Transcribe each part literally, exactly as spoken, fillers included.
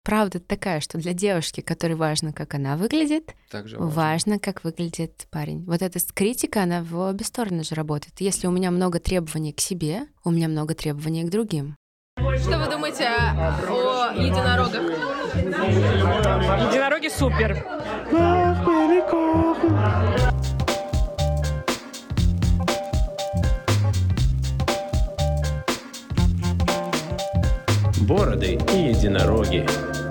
правда такая, что для девушки, которой важно, как она выглядит, Также важно. важно, как выглядит парень. Вот эта критика, она в обе стороны же работает. Если у меня много требований к себе, у меня много требований к другим. Что вы думаете о единорогах? Единороги супер. Бороды и единороги.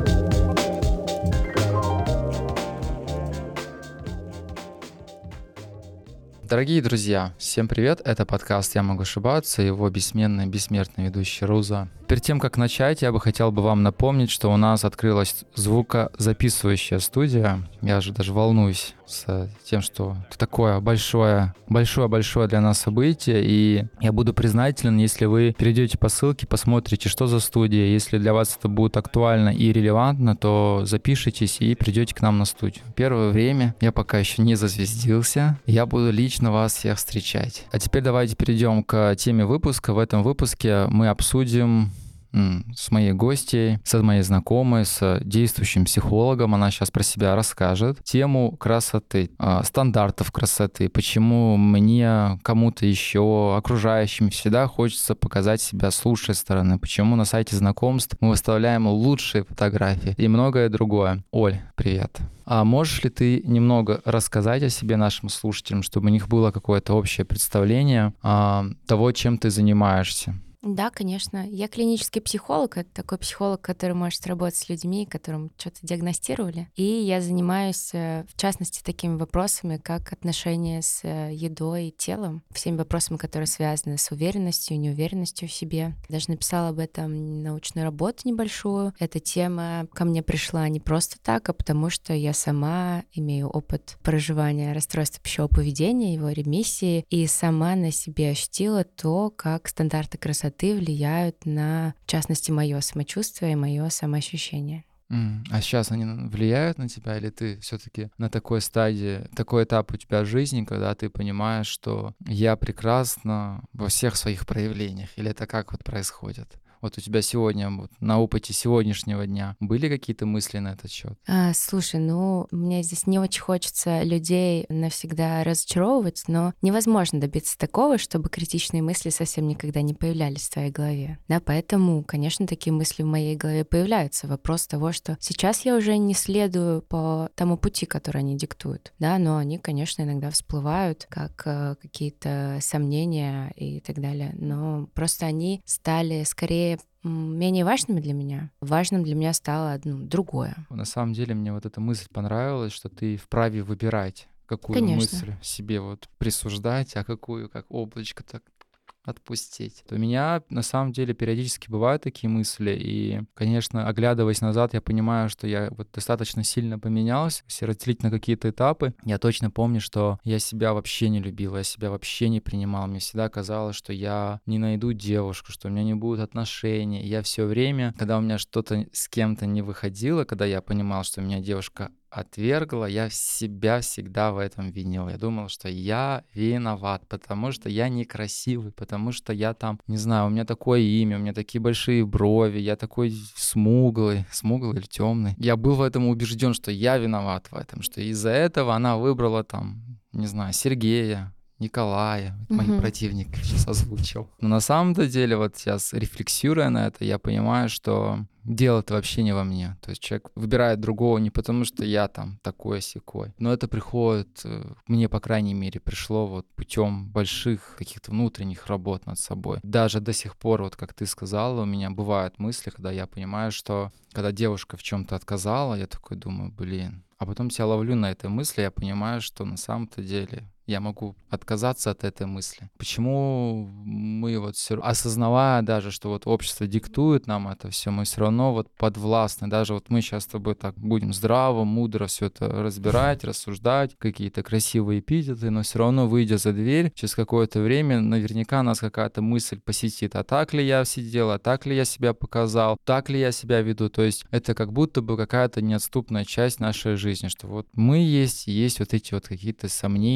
Дорогие друзья, всем привет, это подкаст «Я могу ошибаться», его бессменный, бессмертный ведущий Руза. Перед тем, как начать, я бы хотел бы вам напомнить, что у нас открылась звукозаписывающая студия. Я же даже волнуюсь с тем, что это такое большое, большое-большое для нас событие, и я буду признателен, если вы перейдете по ссылке, посмотрите, что за студия. Если для вас это будет актуально и релевантно, то запишитесь и придете к нам на студию. Первое время я пока еще не зазвездился, я буду лично вас всех встречать. А теперь давайте перейдем к теме выпуска. В этом выпуске мы обсудим с моей гостьей, с моей знакомой, с действующим психологом. Она сейчас про себя расскажет. Тему красоты, стандартов красоты, почему мне, кому-то еще, окружающим всегда хочется показать себя с лучшей стороны, почему на сайте знакомств мы выставляем лучшие фотографии и многое другое. Оль, привет. А можешь ли ты немного рассказать о себе нашим слушателям, чтобы у них было какое-то общее представление а, того, чем ты занимаешься? Да, конечно. Я клинический психолог. Это такой психолог, который может работать с людьми, которым что-то диагностировали. И я занимаюсь, в частности, такими вопросами, как отношения с едой и телом, всеми вопросами, которые связаны с уверенностью, неуверенностью в себе. Даже написала об этом научную работу небольшую. Эта тема ко мне пришла не просто так, а потому что я сама имею опыт проживания расстройства пищевого поведения, его ремиссии, и сама на себе ощутила то, как стандарты красоты влияют на, в частности, мое самочувствие и мое самоощущение. Mm. А сейчас они влияют на тебя, или ты все-таки на такой стадии, такой этап у тебя жизни, когда ты понимаешь, что я прекрасна во всех своих проявлениях, или это как вот происходит? Вот у тебя сегодня, вот, на опыте сегодняшнего дня, были какие-то мысли на этот счет? А, слушай, ну, мне здесь не очень хочется людей навсегда разочаровывать, но невозможно добиться такого, чтобы критичные мысли совсем никогда не появлялись в твоей голове. Да, поэтому, конечно, такие мысли в моей голове появляются. Вопрос того, что сейчас я уже не следую по тому пути, который они диктуют, да, но они, конечно, иногда всплывают как э, какие-то сомнения и так далее, но просто они стали скорее менее важными для меня. Важным для меня стало ну, другое. На самом деле мне вот эта мысль понравилась, что ты вправе выбирать, какую Конечно. мысль себе вот присуждать, а какую как облачко так отпустить. У меня на самом деле периодически бывают такие мысли, и, конечно, оглядываясь назад, я понимаю, что я вот достаточно сильно поменялся. Если разделить на какие-то этапы, я точно помню, что я себя вообще не любил, я себя вообще не принимал. Мне всегда казалось, что я не найду девушку, что у меня не будут отношений. И я все время, когда у меня что-то с кем-то не выходило, когда я понимал, что у меня девушка отвергла, я себя всегда в этом винил. Я думал, что я виноват, потому что я некрасивый, потому что я там, не знаю, у меня такое имя, у меня такие большие брови, я такой смуглый, смуглый или темный. Я был в этом убежден, что я виноват в этом, что из-за этого она выбрала там, не знаю, Сергея, Николая, это мои Мгм. противники сейчас озвучил. Но на самом-то деле, вот сейчас рефлексируя на это, я понимаю, что дело-то вообще не во мне. То есть человек выбирает другого не потому, что я там такой-сякой. Но это приходит, э, мне, по крайней мере, пришло вот путем больших каких-то внутренних работ над собой. Даже до сих пор, вот как ты сказала, у меня бывают мысли, когда я понимаю, что когда девушка в чем-то отказала, я такой думаю, блин. А потом себя ловлю на этой мысли, я понимаю, что на самом-то деле я могу отказаться от этой мысли. Почему мы вот все, осознавая даже, что вот общество диктует нам это все, мы все равно вот подвластны. Даже вот мы сейчас с тобой так будем здраво, мудро все это разбирать, рассуждать, какие-то красивые эпитеты, но все равно, выйдя за дверь, через какое-то время наверняка нас какая-то мысль посетит. А так ли я сидел, а так ли я себя показал, так ли я себя веду? То есть это как будто бы какая-то неотступная часть нашей жизни, что вот мы есть, есть вот эти вот какие-то сомнения, Мгм. что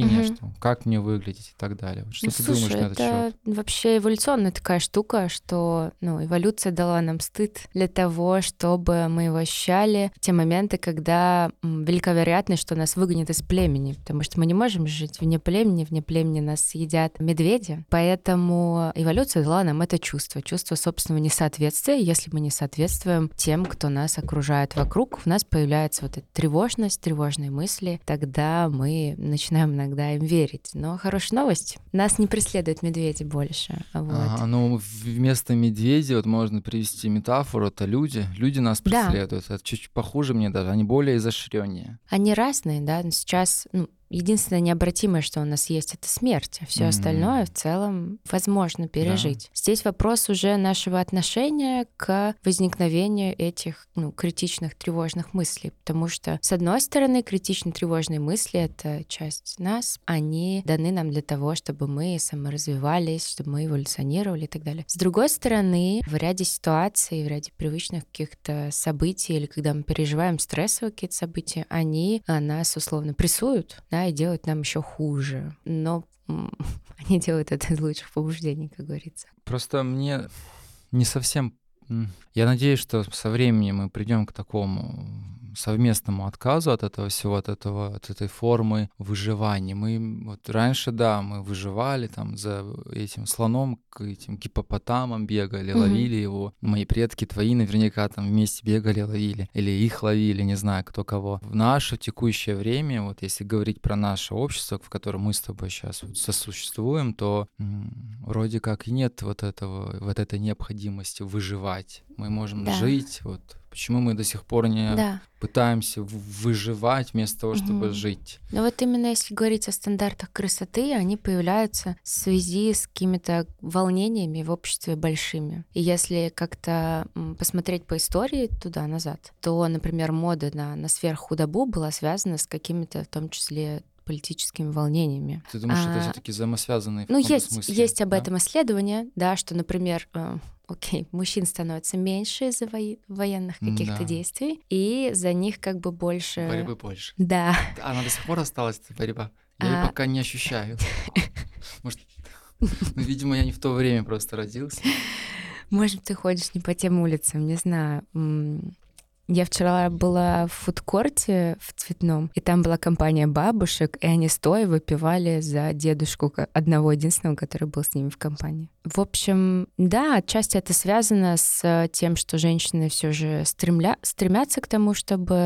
обществу, как мне выглядеть и так далее. Вот что Ну, ты слушай, думаешь на этот это счет? вообще эволюционная такая штука, что ну, эволюция дала нам стыд для того, чтобы мы его ощущали в те моменты, когда м, велика вероятность, что нас выгонят из племени, потому что мы не можем жить вне племени, вне племени нас съедят медведи, поэтому эволюция дала нам это чувство, чувство собственного несоответствия. Если мы не соответствуем тем, кто нас окружает вокруг, у нас появляется вот эта тревожность, тревожные мысли, тогда мы начинаем иногда им верить. Но хорошая новость, нас не преследуют медведи больше. Вот. Ага, ну, вместо медведя вот можно привести метафору, это люди. Люди нас Да. преследуют. Это чуть похуже мне даже, они более изощреннее. Они разные, да, но сейчас ну, единственное необратимое, что у нас есть, это смерть, а все Мгм. остальное в целом возможно пережить. Здесь вопрос уже нашего отношения к возникновению этих ну, критичных, тревожных мыслей, потому что, с одной стороны, критично-тревожные мысли — это часть нас, они даны нам для того, чтобы мы саморазвивались, чтобы мы эволюционировали и так далее. С другой стороны, в ряде ситуаций, в ряде привычных каких-то событий, или когда мы переживаем стрессовые какие-то события, они а, нас условно прессуют, да, и делают нам еще хуже. Но м, они делают это из лучших побуждений, как говорится. Просто мне не совсем... м, Я надеюсь, что со временем мы придем к такому совместному отказу от этого всего, от этого, от этой формы выживания. Мы вот раньше, да, мы выживали там за этим слоном, к этим гиппопотамам бегали, Мгм. ловили его. Мои предки твои наверняка там вместе бегали, ловили. Или их ловили, не знаю, кто кого. В наше текущее время, вот если говорить про наше общество, в котором мы с тобой сейчас вот сосуществуем, то м, вроде как и нет вот этого, вот этой необходимости выживать. Мы можем Да. жить, вот. Почему мы до сих пор не Да. пытаемся в- выживать вместо того, чтобы Мгм. жить? Но вот именно если говорить о стандартах красоты, они появляются в связи с какими-то волнениями в обществе большими. И если как-то м, посмотреть по истории туда-назад, то, например, мода на, на сверххудобу была связана с какими-то, в том числе, политическими волнениями. Ты думаешь, что это А, все-таки взаимосвязанные в Ну, каком-то есть, смысле? есть об да? этом исследование, да, что, например, э, окей, мужчин становится меньше из-за вои- военных каких-то Да. действий, и за них как бы больше... Борьбы больше. Да. Она до сих пор осталась, эта борьба? Я ее А. пока не ощущаю. Может, ну, видимо, я не в то время просто родился. Может, ты ходишь не по тем улицам, не знаю. М, Я вчера была в фудкорте в Цветном, и там была компания бабушек, и они стоя выпивали за дедушку ко- одного единственного, который был с ними в компании. В общем, да, отчасти это связано с тем, что женщины все же стремля... стремятся к тому, чтобы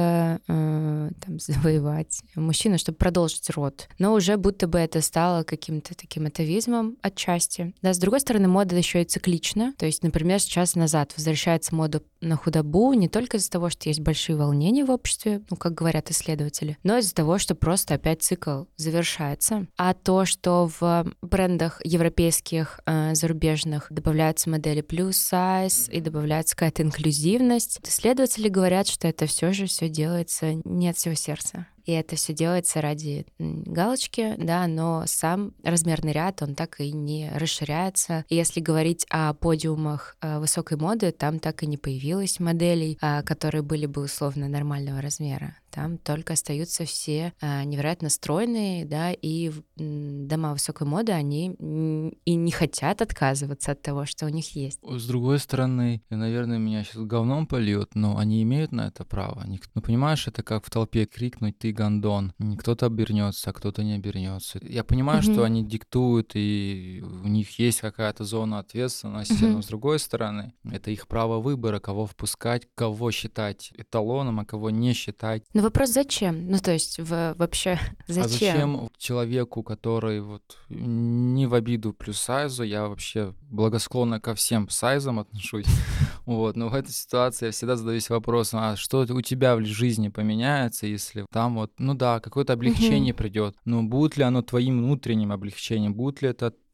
э, там, завоевать мужчину, чтобы продолжить род. Но уже будто бы это стало каким-то таким атовизмом отчасти. Да, с другой стороны, мода еще и циклична. То есть, например, сейчас назад возвращается мода на худобу не только из-за того, что есть большие волнения в обществе, ну, как говорят исследователи, но из-за того, что просто опять цикл завершается. А то, что в брендах европейских, э, зарубежных добавляются модели плюс сайз и добавляется какая-то инклюзивность, исследователи говорят, что это все же все делается не от всего сердца. И это все делается ради м, галочки, да, но сам размерный ряд, он так и не расширяется. И если говорить о подиумах э, высокой моды, там так и не появилось моделей, э, которые были бы условно нормального размера. Там только остаются все э, невероятно стройные, да, и м, дома высокой моды, они м, и не хотят отказываться от того, что у них есть. С другой стороны, и, наверное, меня сейчас говном польют, но они имеют на это право. Ник- Ну, понимаешь, это как в толпе крикнуть «ты гондон». Кто-то обернется, а кто-то не обернется. Я понимаю, Мгм. что они диктуют, и у них есть какая-то зона ответственности, Мгм. но с другой стороны, это их право выбора, кого впускать, кого считать эталоном, а кого не считать. Но вопрос зачем? Ну, то есть в- вообще зачем? А зачем человеку, который вот не в обиду плюс сайзу, я вообще благосклонно ко всем сайзам отношусь, вот, но в этой ситуации я всегда задаюсь вопросом, а что у тебя в жизни поменяется, если там вот, ну да, какое-то облегчение придет, но будет ли оно твоим внутренним облегчением, будет ли это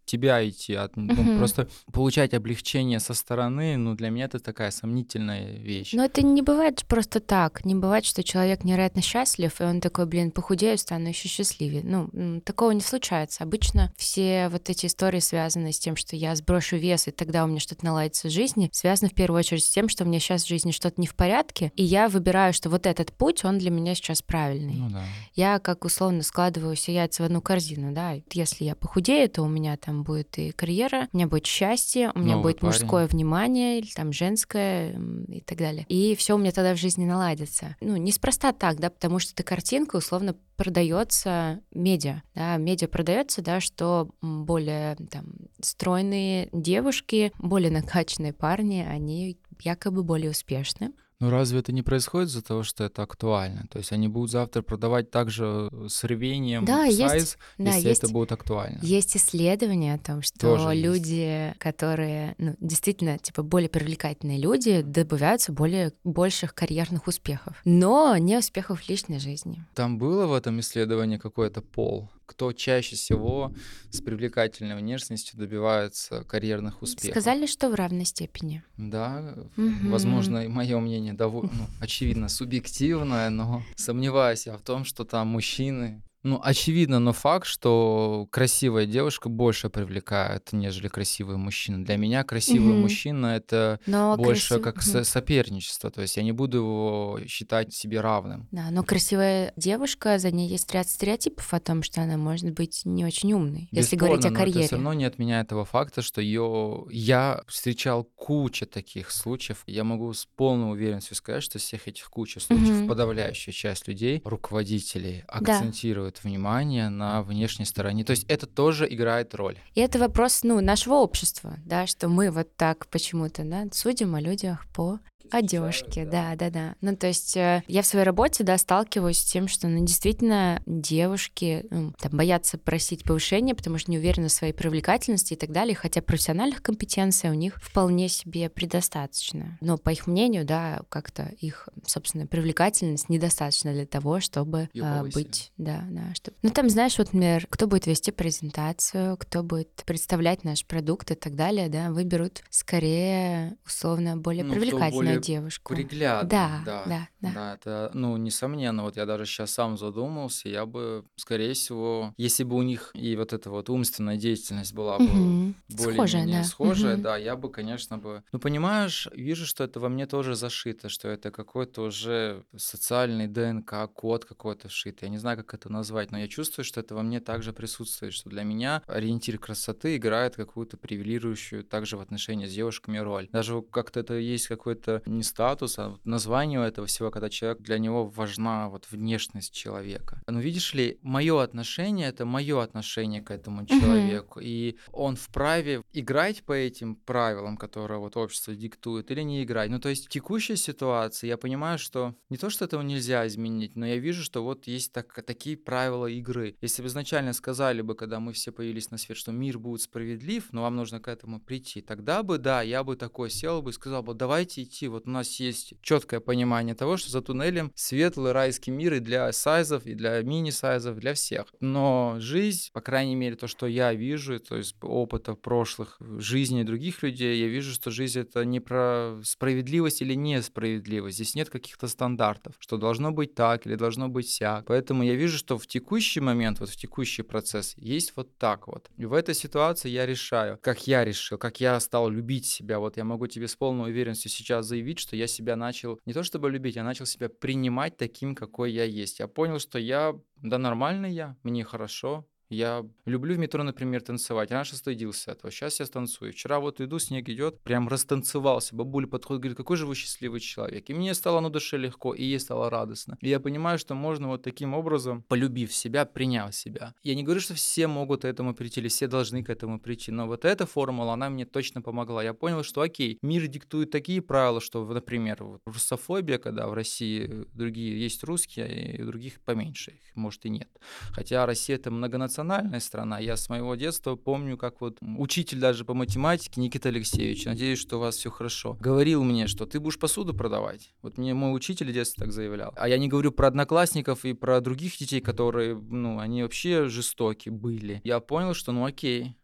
тебя идти, от, ну, Мгм. просто получать облегчение со стороны, ну, для меня это такая сомнительная вещь. Но это не бывает ж просто так. Не бывает, что человек невероятно счастлив, и он такой, блин, похудею, стану еще счастливее. Ну, м, такого не случается. Обычно все вот эти истории, связанные с тем, что я сброшу вес, и тогда у меня что-то наладится в жизни, связаны в первую очередь с тем, что у меня сейчас в жизни что-то не в порядке, и я выбираю, что вот этот путь, он для меня сейчас правильный. Ну да. Я как условно складываю все яйца в одну корзину, да. Если я похудею, то у меня там будет и карьера, у меня будет счастье, у меня Новый будет парень. мужское внимание или там женское м, и так далее. И все у меня тогда в жизни наладится. Ну, неспроста так, да, потому что эта картинка условно продается медиа, да, медиа продается, да, что м, более там стройные девушки, более накачанные парни, они якобы более успешны. Ну разве это не происходит из-за того, что это актуально? То есть они будут завтра продавать также с рвением Да, есть, сайз, да, если это есть. будет актуально. Есть исследования о том, что Тоже есть. люди, которые, ну, действительно, типа, более привлекательные люди, добиваются более больших карьерных успехов, но не успехов в личной жизни. Там было в этом исследовании какой-то пол? Кто чаще всего с привлекательной внешностью добивается карьерных успехов? Сказали, что в равной степени. Да, Мгм. возможно, и мое мнение довольно, ну, очевидно, субъективное, но сомневаюсь я в том, что там мужчины. Ну, очевидно, но факт, что красивая девушка больше привлекает, нежели красивый мужчина. Для меня красивый Мгм. мужчина — это Но больше красив- как Мгм. со- соперничество. То есть я не буду его считать себе равным. Да, но красивая девушка, за ней есть ряд стереотипов о том, что она может быть не очень умной, если говорить Бесспорно, о но это все карьере. равно не отменяет того факта, что ее я встречал кучу таких случаев. Я могу с полной уверенностью сказать, что всех этих куча случаев Мгм. подавляющая часть людей, руководителей, акцентирует внимание на внешней стороне. То есть это тоже играет роль. И это вопрос, ну, нашего общества, да, что мы вот так почему-то, да, судим о людях по одежке, да, да, да. Ну, то есть э, я в своей работе, да, сталкиваюсь с тем, что, ну, действительно, девушки ну, там, боятся просить повышения, потому что не уверены в своей привлекательности и так далее, хотя профессиональных компетенций у них вполне себе предостаточно. Но, по их мнению, да, как-то их, собственно, привлекательность недостаточно для того, чтобы Её а, повысили. быть, да, да, чтобы... Ну, там, знаешь, вот, например, кто будет вести презентацию, кто будет представлять наш продукт и так далее, да, выберут скорее, условно, более Ну, кто привлекательную более девушку. приглядный, Да, да, да, да. да, это, ну, несомненно. Вот я даже сейчас сам задумался, я бы, скорее всего, если бы у них и вот эта вот умственная деятельность была бы Мгм. Схожая, более-менее да. схожая, Мгм. да, я бы, конечно, бы... Ну, понимаешь, вижу, что это во мне тоже зашито, что это какой-то уже социальный ДНК, код какой-то вшитый. Я не знаю, как это назвать, но я чувствую, что это во мне также присутствует, что для меня ориентир красоты играет какую-то превалирующую также в отношении с девушками роль. Даже вот как-то это есть какой-то не статус, а вот название у этого всего, когда человек, для него важна вот внешность человека. Но видишь ли, мое отношение — это мое отношение к этому человеку, и он вправе играть по этим правилам, которые вот общество диктует, или не играть. Ну, то есть в текущей ситуации я понимаю, что не то, что этого нельзя изменить, но я вижу, что вот есть так, такие правила игры. Если бы изначально сказали бы, когда мы все появились на свет, что мир будет справедлив, но вам нужно к этому прийти, тогда бы, да, я бы такой сел бы и сказал бы, давайте идти, вот у нас есть четкое понимание того, что за туннелем светлый райский мир и для сайзов, и для мини-сайзов, для всех. Но жизнь, по крайней мере, то, что я вижу, то есть опыта прошлых жизней других людей, я вижу, что жизнь — это не про справедливость или несправедливость. Здесь нет каких-то стандартов, что должно быть так или должно быть сяк. Поэтому я вижу, что в текущий момент, вот в текущий процесс есть вот так вот. И в этой ситуации я решаю, как я решил, как я стал любить себя. Вот я могу тебе с полной уверенностью сейчас заявить, что я себя начал не то чтобы любить, я начал себя принимать таким, какой я есть. Я понял, что я, да, нормальный я, мне хорошо. Я люблю в метро, например, танцевать. Раньше стыдился этого, сейчас я танцую. Вчера вот иду, снег идет, прям растанцевался. Бабуля подходит, говорит, какой же вы счастливый человек. И мне стало на душе легко, и ей стало радостно. И я понимаю, что можно вот таким образом, полюбив себя, приняв себя. Я не говорю, что все могут к этому прийти, или все должны к этому прийти, но вот эта формула, она мне точно помогла. Я понял, что окей, мир диктует такие правила, что, например, вот русофобия, когда в России другие есть русские, и у других поменьше их, может и нет. Хотя Россия — это многонациональная страна. Я с моего детства помню, как вот учитель даже по математике Никита Алексеевич, надеюсь, что у вас все хорошо, говорил мне, что ты будешь посуду продавать. Вот мне мой учитель в детстве так заявлял. А я не говорю про одноклассников и про других детей, которые, ну, они вообще жестоки были. Я понял, что, ну, окей,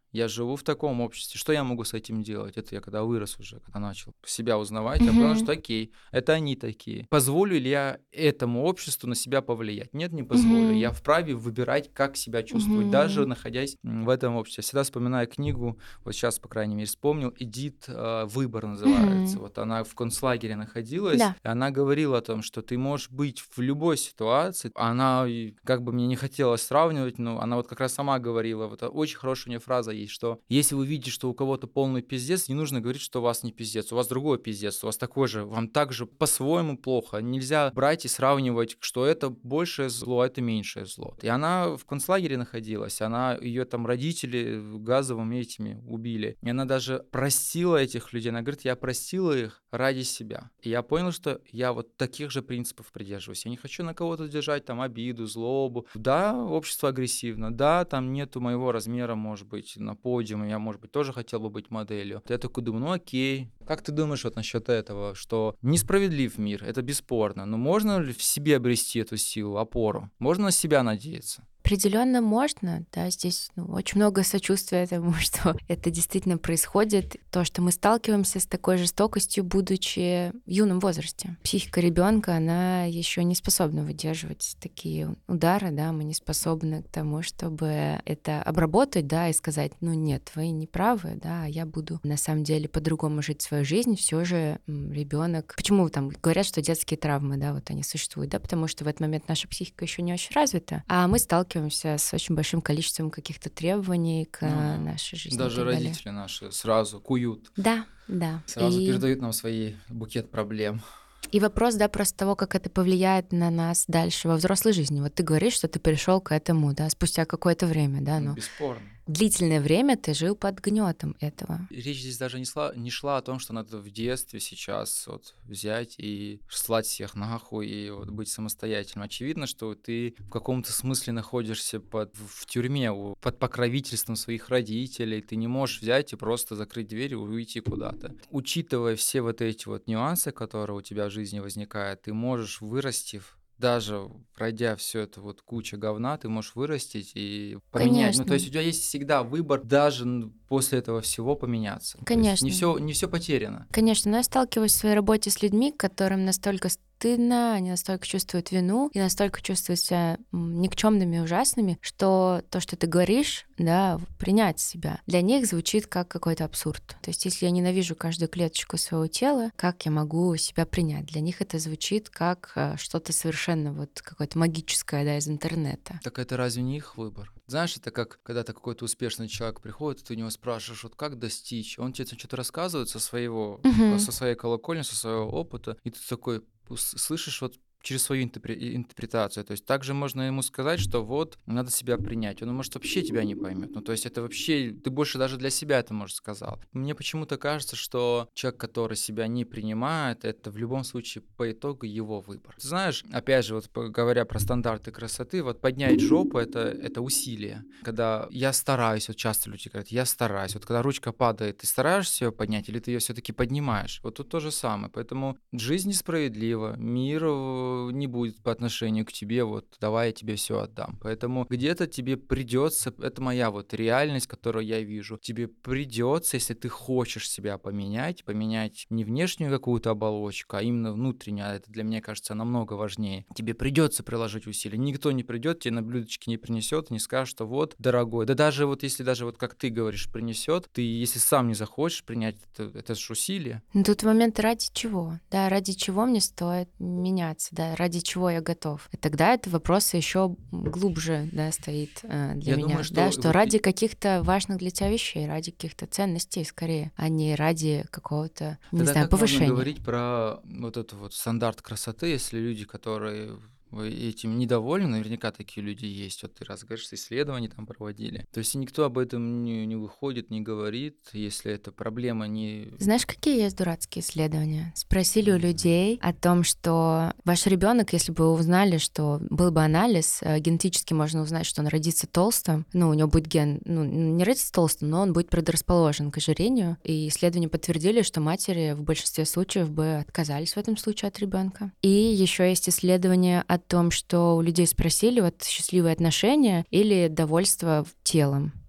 Я живу в таком обществе. Что я могу с этим делать? Это я когда вырос уже, когда начал себя узнавать, я понял, что окей, это они такие. Позволю ли я этому обществу на себя повлиять? Нет, не позволю. Я вправе выбирать, как себя чувствовать, даже находясь в этом обществе. Я всегда вспоминаю книгу, вот сейчас, по крайней мере, вспомнил, Эдит «Выбор» называется. Вот она в концлагере находилась, Да. и она говорила о том, что ты можешь быть в любой ситуации. Она, как бы мне не хотелось сравнивать, но она вот как раз сама говорила, вот очень хорошая у нее фраза есть, что если вы видите, что у кого-то полный пиздец, не нужно говорить, что у вас не пиздец, у вас другой пиздец, у вас такой же, вам также по-своему плохо. Нельзя брать и сравнивать, что это большее зло, а это меньшее зло. И она в концлагере находилась, она, ее там родители газовыми этими убили. И она даже простила этих людей. Она говорит, я простила их ради себя. И я понял, что я вот таких же принципов придерживаюсь. Я не хочу на кого-то держать там обиду, злобу. Да, общество агрессивно, да, там нету моего размера, может быть, на подиуме, я, может быть, тоже хотел бы быть моделью. Я такой думаю, ну окей. Как ты думаешь вот насчет этого, что несправедлив мир, это бесспорно, но можно ли в себе обрести эту силу, опору? Можно на себя надеяться? Определенно можно, да, здесь ну, очень много сочувствия тому, что это действительно происходит, то, что мы сталкиваемся с такой жестокостью, будучи в юном возрасте. Психика ребенка, она еще не способна выдерживать такие удары, да, мы не способны к тому, чтобы это обработать, да, и сказать, ну нет, вы не правы, да, я буду на самом деле по-другому жить свою жизнь, все же ребенок. Почему там говорят, что детские травмы, да, вот они существуют, да, потому что в этот момент наша психика еще не очень развита, а мы сталкиваемся с очень большим количеством каких-то требований к ну, нашей жизни. Даже родители наши сразу куют. Да, да. Сразу и... передают нам свой букет проблем. И вопрос, да, просто того, как это повлияет на нас дальше во взрослой жизни. Вот ты говоришь, что ты перешел к этому, да, спустя какое-то время, да, но... Бесспорно. Длительное время ты жил под гнетом этого. Речь здесь даже не шла, не шла о том, что надо в детстве сейчас вот взять и слать всех нахуй и вот быть самостоятельным. Очевидно, что ты в каком-то смысле находишься под, в тюрьме, под покровительством своих родителей. Ты не можешь взять и просто закрыть дверь и уйти куда-то. Учитывая все вот эти вот нюансы, которые у тебя в жизни возникают, ты можешь вырасти, даже пройдя все это вот куча говна, ты можешь вырастить и поменять. Конечно. Ну, то есть у тебя есть всегда выбор даже после этого всего поменяться. Конечно. Не все, не все потеряно. Конечно, но я сталкиваюсь в своей работе с людьми, которым настолько стыдно, они настолько чувствуют вину и настолько чувствуют себя никчемными и ужасными, что то, что ты говоришь, да, принять себя, для них звучит как какой-то абсурд. То есть если я ненавижу каждую клеточку своего тела, как я могу себя принять? Для них это звучит как что-то совершенно вот какое-то магическое, да, из интернета. Так это разве не их выбор? Знаешь, это как когда-то какой-то успешный человек приходит, и ты у него спрашиваешь, вот как достичь? Он тебе что-то рассказывает со своего, uh-huh. со своей колокольни, со своего опыта, и ты такой слышишь вот через свою интерпретацию. То есть также можно ему сказать, что вот, надо себя принять. Он, может, вообще тебя не поймет. Ну, то есть это вообще, ты больше даже для себя это, может, сказал. Мне почему-то кажется, что человек, который себя не принимает, это в любом случае по итогу его выбор. Ты знаешь, опять же, вот говоря про стандарты красоты, вот поднять жопу — это, это усилие. Когда я стараюсь, вот часто люди говорят, я стараюсь. Вот когда ручка падает, ты стараешься ее поднять или ты ее все-таки поднимаешь? Вот тут то же самое. Поэтому жизнь несправедлива, мир не будет по отношению к тебе, вот давай я тебе все отдам. Поэтому где-то тебе придется, это моя вот реальность, которую я вижу, тебе придется, если ты хочешь себя поменять, поменять не внешнюю какую-то оболочку, а именно внутреннюю, а это для меня кажется намного важнее, тебе придется приложить усилия. Никто не придет, тебе на блюдечке не принесет, не скажет, что вот, дорогой, да даже вот если даже вот как ты говоришь, принесет, ты если сам не захочешь принять, это, это же усилие. Ну, тут момент ради чего, да, ради чего мне стоит меняться, да, ради чего я готов. И тогда это вопрос еще глубже, да, стоит э, для я меня, думаю, что... да, что ради каких-то важных для тебя вещей, ради каких-то ценностей скорее, а не ради какого-то, не тогда знаю, как повышения. Можно говорить про вот этот вот стандарт красоты, если люди, которые этим недовольны, наверняка такие люди есть. Вот ты раз говоришь, что исследования там проводили. То есть никто об этом не, не выходит, не говорит, если эта проблема не... Знаешь, какие есть дурацкие исследования? Спросили у людей о том, что ваш ребенок, если бы вы узнали, что был бы анализ, генетически можно узнать, что он родится толстым, ну, у него будет ген, ну, не родится толстым, но он будет предрасположен к ожирению. И исследования подтвердили, что матери в большинстве случаев бы отказались в этом случае от ребенка. И еще есть исследования о том, что у людей спросили, вот счастливые отношения или довольство телом.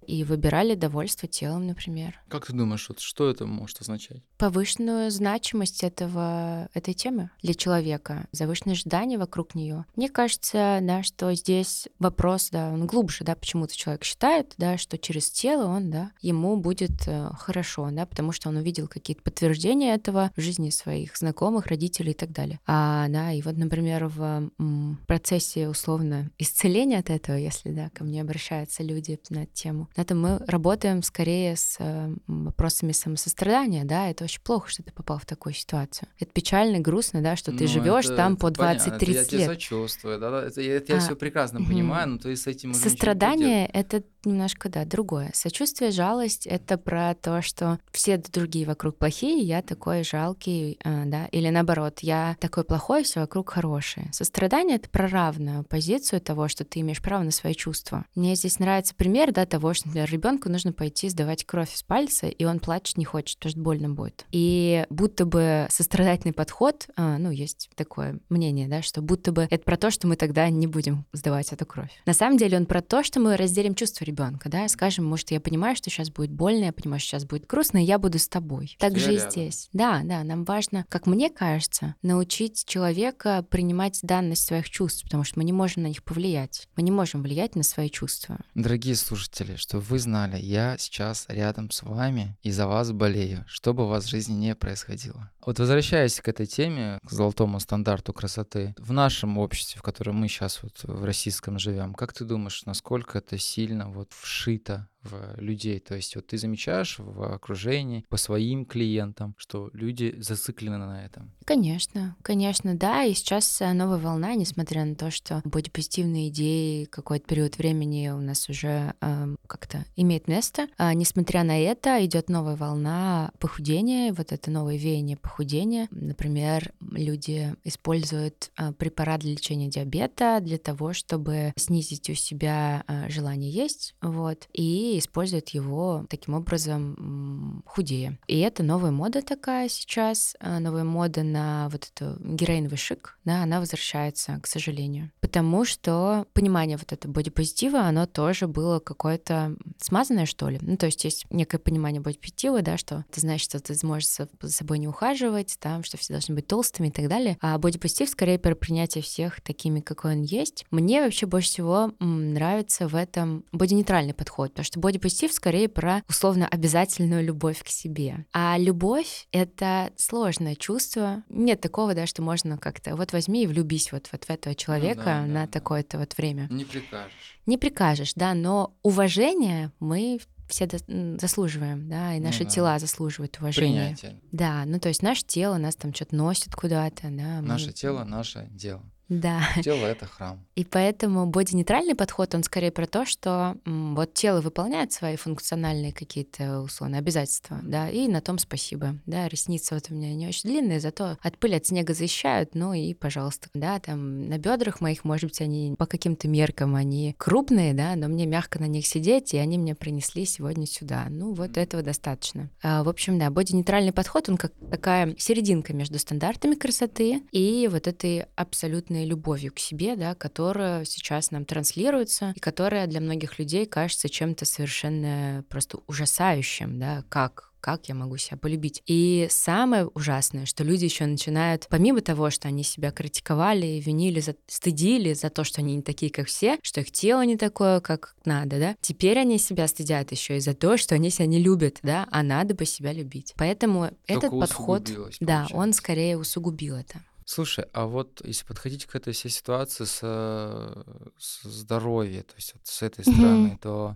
и выбирали довольство телом, например. Как ты думаешь, вот что это может означать? Повышенную значимость этого, этой темы для человека, завышенные ожидания вокруг нее. Мне кажется, да, что здесь вопрос, да, он глубже, да, почему-то человек считает, да, что через тело он, да, ему будет э, хорошо, да, потому что он увидел какие-то подтверждения этого в жизни своих знакомых, родителей и так далее. А, да, и вот, например, в м, процессе условно исцеления от этого, если, да, ко мне обращаются люди на эту тему, на этом мы работаем скорее с э, вопросами самосострадания, да, это очень плохо, что ты попал в такую ситуацию. Это печально и грустно, да, что ты Ну, живешь это- там это по понятно, это двадцать-тридцать Я лет. тебе сочувствую, да, да, это, я, это я А, все прекрасно мгм. понимаю, но ты с этим уже ничего не Сострадание — это немножко, да, другое. Сочувствие, жалость — это про то, что все другие вокруг плохие, я такой жалкий, э, да, или наоборот, я такой плохой, все вокруг хорошие. Сострадание — это про равную позицию того, что ты имеешь право на свои чувства. Мне здесь нравится пример, да, того, что, например, ребенку нужно пойти сдавать кровь из пальца, и он плачет не хочет, потому что больно будет. И будто бы сострадательный подход, э, ну, есть такое мнение, да, что будто бы это про то, что мы тогда не будем сдавать эту кровь. На самом деле он про то, что мы разделим чувства ребенка, да, скажем, может, я понимаю, что сейчас будет больно, я понимаю, что сейчас будет грустно, и я буду с тобой. Так я же и рядом. здесь. Да, да, нам важно, как мне кажется, научить человека принимать данность своих чувств, потому что мы не можем на них повлиять. Мы не можем влиять на свои чувства. Дорогие слушатели, чтобы вы знали, я сейчас рядом с вами и за вас болею, что бы у вас в жизни не происходило. Вот возвращаясь к этой теме, к золотому стандарту красоты, в нашем обществе, в котором мы сейчас вот в российском живем, как ты думаешь, насколько это сильно вот вшито в людей? То есть вот ты замечаешь в окружении по своим клиентам, что люди зациклены на этом? Конечно, конечно, да. И сейчас э, новая волна, несмотря на то, что бодипозитивные идеи какой-то период времени у нас уже эм, как-то имеет место. А, несмотря на это, идет новая волна похудения, вот это новое веяние похудения. Например, люди используют э, препарат для лечения диабета для того, чтобы снизить у себя э, желание есть, вот, и используют его таким образом м, худее. И это новая мода такая сейчас, э, новая мода на вот эту героиновый шик, да, она возвращается, к сожалению. Потому что понимание вот этого бодипозитива, оно тоже было какое-то смазанное, что ли. Ну, то есть есть некое понимание бодипозитива, да, что ты знаешь, что ты сможешь за собой не ухаживать, там, что все должны быть толстыми и так далее. А бодипозитив скорее про принятие всех такими, какой он есть. Мне вообще больше всего м, нравится в этом бодинейтральный подход, потому что бодипозитив скорее про условно обязательную любовь к себе. А любовь — это сложное чувство. Нет такого, да, что можно как-то вот возьми и влюбись вот, вот в этого человека да, на да, да. такое-то вот время. Не прикажешь. Не прикажешь, да, но уважение мы все до- м, заслуживаем, да, и Ну наши да. тела заслуживают уважения. Принятие. Да, ну то есть наше тело нас там что-то носит куда-то, да. мы- Наше тело, наше дело. Да. Тело — это храм. И поэтому бодинейтральный подход, он скорее про то, что м, вот тело выполняет свои функциональные какие-то условно обязательства, да, и на том спасибо, да, ресницы вот у меня не очень длинные, зато от пыли, от снега защищают, ну и пожалуйста, да, там на бедрах моих, может быть, они по каким-то меркам, они крупные, да, но мне мягко на них сидеть, и они меня принесли сегодня сюда, ну вот этого достаточно. А, в общем, да, бодинейтральный подход, он как такая серединка между стандартами красоты и вот этой абсолютной любовью к себе, да, которая сейчас нам транслируется и которая для многих людей кажется чем-то совершенно просто ужасающим, да, как как я могу себя полюбить. И самое ужасное, что люди еще начинают, помимо того, что они себя критиковали, винили, за, стыдили за то, что они не такие, как все, что их тело не такое, как надо, да, теперь они себя стыдят еще и за то, что они себя не любят, да, а надо бы себя любить. Поэтому Только этот подход, усугубилось, да, он получается. скорее усугубил это. Слушай, а вот если подходить к этой всей ситуации с, э, с здоровьем, то есть вот с этой Мгм. стороны, то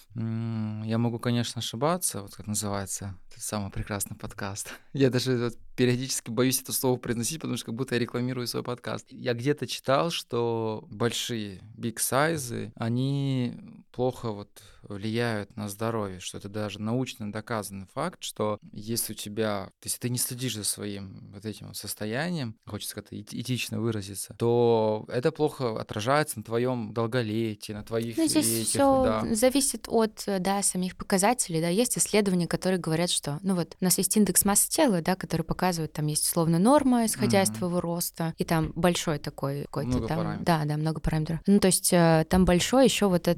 м, я могу, конечно, ошибаться, вот как называется этот самый прекрасный подкаст. Я даже вот периодически боюсь это слово произносить, потому что как будто я рекламирую свой подкаст. Я где-то читал, что большие big сайзы, они плохо вот влияют на здоровье, что это даже научно доказанный факт, что если у тебя, то есть ты не следишь за своим вот этим вот состоянием, хочется как-то эти- этично выразиться, то это плохо отражается на твоем долголетии, на твоих Ну, здесь этих, все да. зависит от, э, да, самих показателей, да. Есть исследования, которые говорят, что, ну вот, у нас есть индекс массы тела, да, который показывает, там есть условно норма, исходя из Мгм. твоего роста, и там большой такой какой-то Много там, параметров. да, да, много параметров. Ну, то есть э, там большой еще вот этот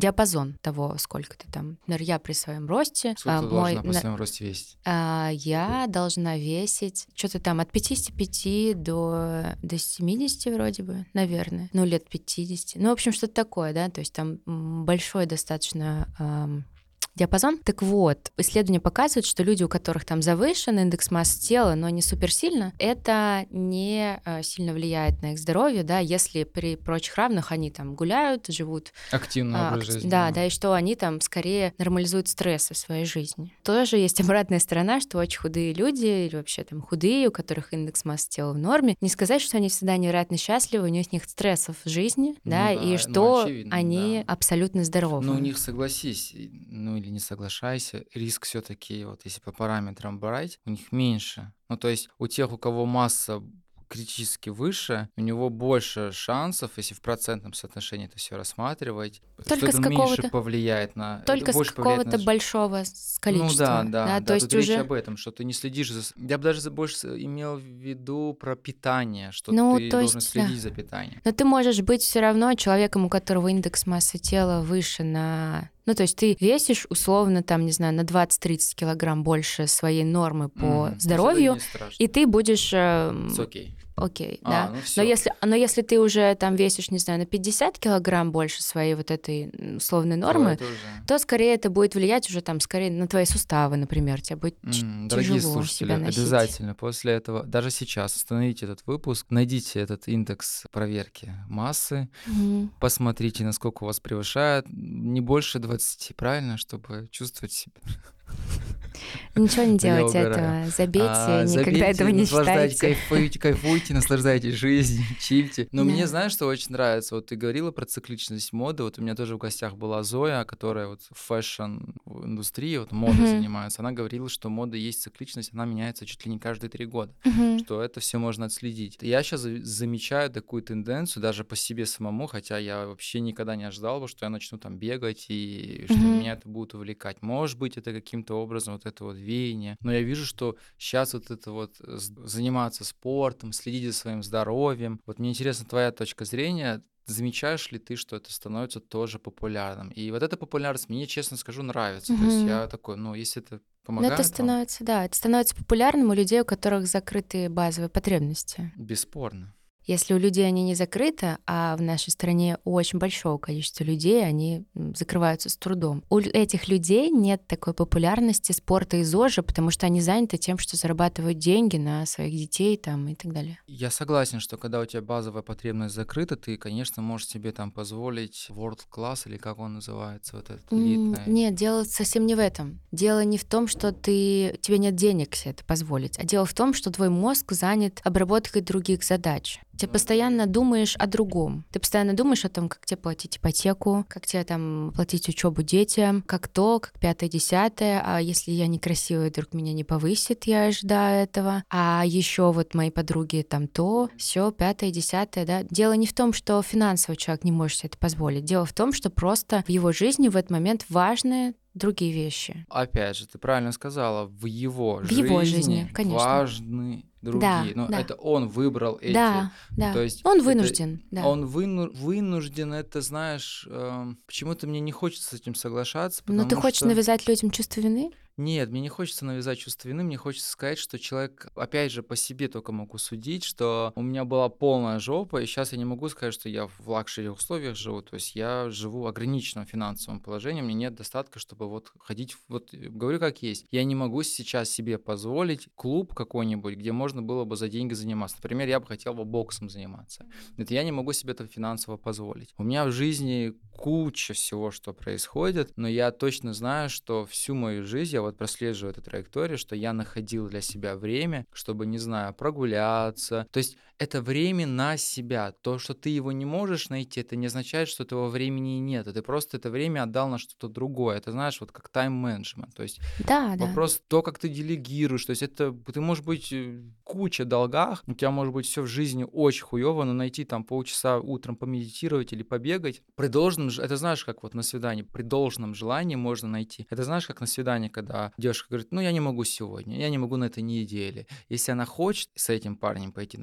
диапазон того, сколько ты там. Например, я при своем росте... Сколько а, ты мой, должна по на- своему росту весить? а, я должна весить что-то там от пятидесяти пяти до, до семидесяти вроде бы, наверное. Ну, лет пятидесяти. Ну, в общем, что-то такое, да, то есть там м, большой достаточно... ам, диапазон. Так вот, исследования показывают, что люди, у которых там завышен индекс массы тела, но не суперсильно, это не э, сильно влияет на их здоровье, да, если при прочих равных они там гуляют, живут. Активный а, образ ак- жизни. Да, да, и что они там скорее нормализуют стрессы в своей жизни. Тоже есть обратная сторона, что очень худые люди, или вообще там худые, у которых индекс массы тела в норме, не сказать, что они всегда невероятно счастливы, у них нет стрессов в жизни, Ну да, да, и ну, что очевидно, они да. абсолютно здоровы. Ну, у них, согласись, и- ну или не соглашайся, риск все-таки, вот если по параметрам брать, у них меньше. Ну, то есть у тех, у кого масса критически выше, у него больше шансов, если в процентном соотношении это все рассматривать, Только что с это меньше какого-то- повлияет на... это Только с больше повлияет какого-то на... ж- большого с- количества. Ну да, да, да, то есть тут речь уже... об этом, что ты не следишь за... с- Я бы даже за- больше с- имел в виду про питание, что Ну, ты то должен есть, следить да. за питанием. Но ты можешь быть все равно человеком, у которого индекс массы тела выше на... Ну, то есть ты весишь условно, там, не знаю, на двадцать-тридцать килограмм больше своей нормы по Мгм. То есть это здоровью, не страшно. и ты будешь... эм, It's окей. Окей, А, да. ну Но всё. если, но если ты уже там весишь, не знаю, на пятьдесят килограмм больше своей вот этой м, условной То нормы, это уже- то скорее это будет влиять уже там скорее на твои суставы, например. Тебе будет ч- М, Дорогие тяжело слушатели, себя носить. обязательно после этого, даже сейчас, остановите этот выпуск, найдите этот индекс проверки массы, Мгм. посмотрите, насколько у вас превышает, не больше двадцати, правильно, чтобы чувствовать себя. Ничего не Я делайте угораю. этого, забейте, А, никогда забейте, этого не наслаждайтесь, считайте. кайфуйте, кайфуйте, наслаждайтесь жизнью, чильте. Но Да. мне, знаешь, что очень нравится? Вот ты говорила про цикличность моды. Вот у меня тоже в гостях была Зоя, которая вот в фэшн-индустрии, вот модой Мгм. занимается. Она говорила, что мода есть цикличность, она меняется чуть ли не каждые три года, Мгм. что это все можно отследить. Я сейчас замечаю такую тенденцию даже по себе самому, хотя я вообще никогда не ожидал бы, что я начну там бегать и что Мгм. меня это будет увлекать. Может быть, это каким-то образом вот это вот веяние. Но я вижу, что сейчас вот это вот э, с- заниматься спортом, следить за своим здоровьем. Вот мне интересна твоя точка зрения. Замечаешь ли ты, что это становится тоже популярным? И вот эта популярность мне, честно скажу, нравится. То есть Мгм. я такой, ну, если это Но помогает это вам, становится, да, это становится популярным у людей, у которых закрыты базовые потребности. бесспорно. Если у людей они не закрыты, а в нашей стране у очень большого количества людей они м, закрываются с трудом. У лю- этих людей нет такой популярности спорта и ЗОЖа, потому что они заняты тем, что зарабатывают деньги на своих детей там, и так далее. Я согласен, что когда у тебя базовая потребность закрыта, ты, конечно, можешь себе там позволить world class или как он называется, вот этот М, элитный. Нет, дело совсем не в этом. Дело не в том, что ты, тебе нет денег себе это позволить, а дело в том, что твой мозг занят обработкой других задач. Ты Ну, постоянно думаешь о другом. Ты постоянно думаешь о том, как тебе платить ипотеку, как тебе там платить учебу детям, как то, как пятое, десятое. А если я некрасивая, вдруг меня не повысит, я ожидаю этого. А еще вот мои подруги там то, все, пятое, десятое, да. Дело не в том, что финансово человек не может себе это позволить. Дело в том, что просто в его жизни в этот момент важны другие вещи. Опять же, ты правильно сказала, в его В жизни его жизни, конечно. важны другие. Да, Но да. это он выбрал эти. Да, да. То есть Он это- вынужден, да. Он выну- вынужден, это, знаешь, эм, почему-то мне не хочется с этим соглашаться, Но ты потому хочешь что... навязать людям чувство вины? Нет, мне не хочется навязать чувство вины, мне хочется сказать, что человек, опять же, по себе только могу судить, что у меня была полная жопа, и сейчас я не могу сказать, что я в лакшери условиях живу, то есть я живу в ограниченном финансовом положении, мне нет достатка, чтобы вот ходить, в- вот э, говорю как есть, я не могу сейчас себе позволить клуб какой-нибудь, где можно было бы за деньги заниматься. Например, я бы хотел бы боксом заниматься. Это я не могу себе это финансово позволить. У меня в жизни куча всего, что происходит, но я точно знаю, что всю мою жизнь я вот прослеживаю эту траекторию, что я находил для себя время, чтобы, не знаю, прогуляться. То есть это время на себя. То, что ты его не можешь найти, это не означает, что этого времени нет. Ты просто это время отдал на что-то другое. Это, знаешь, вот как тайм-менеджмент. То есть Да, да. вопрос то, как ты делегируешь. То есть это ты можешь быть э, куча долгах, у тебя может быть все в жизни очень хуево, но найти там полчаса утром помедитировать или побегать при должном, ж- это знаешь, как вот на свидании, при должном желании можно найти. Это знаешь, как на свидании, когда девушка говорит, ну я не могу сегодня, я не могу на этой неделе. Если она хочет с этим парнем пойти на свидание,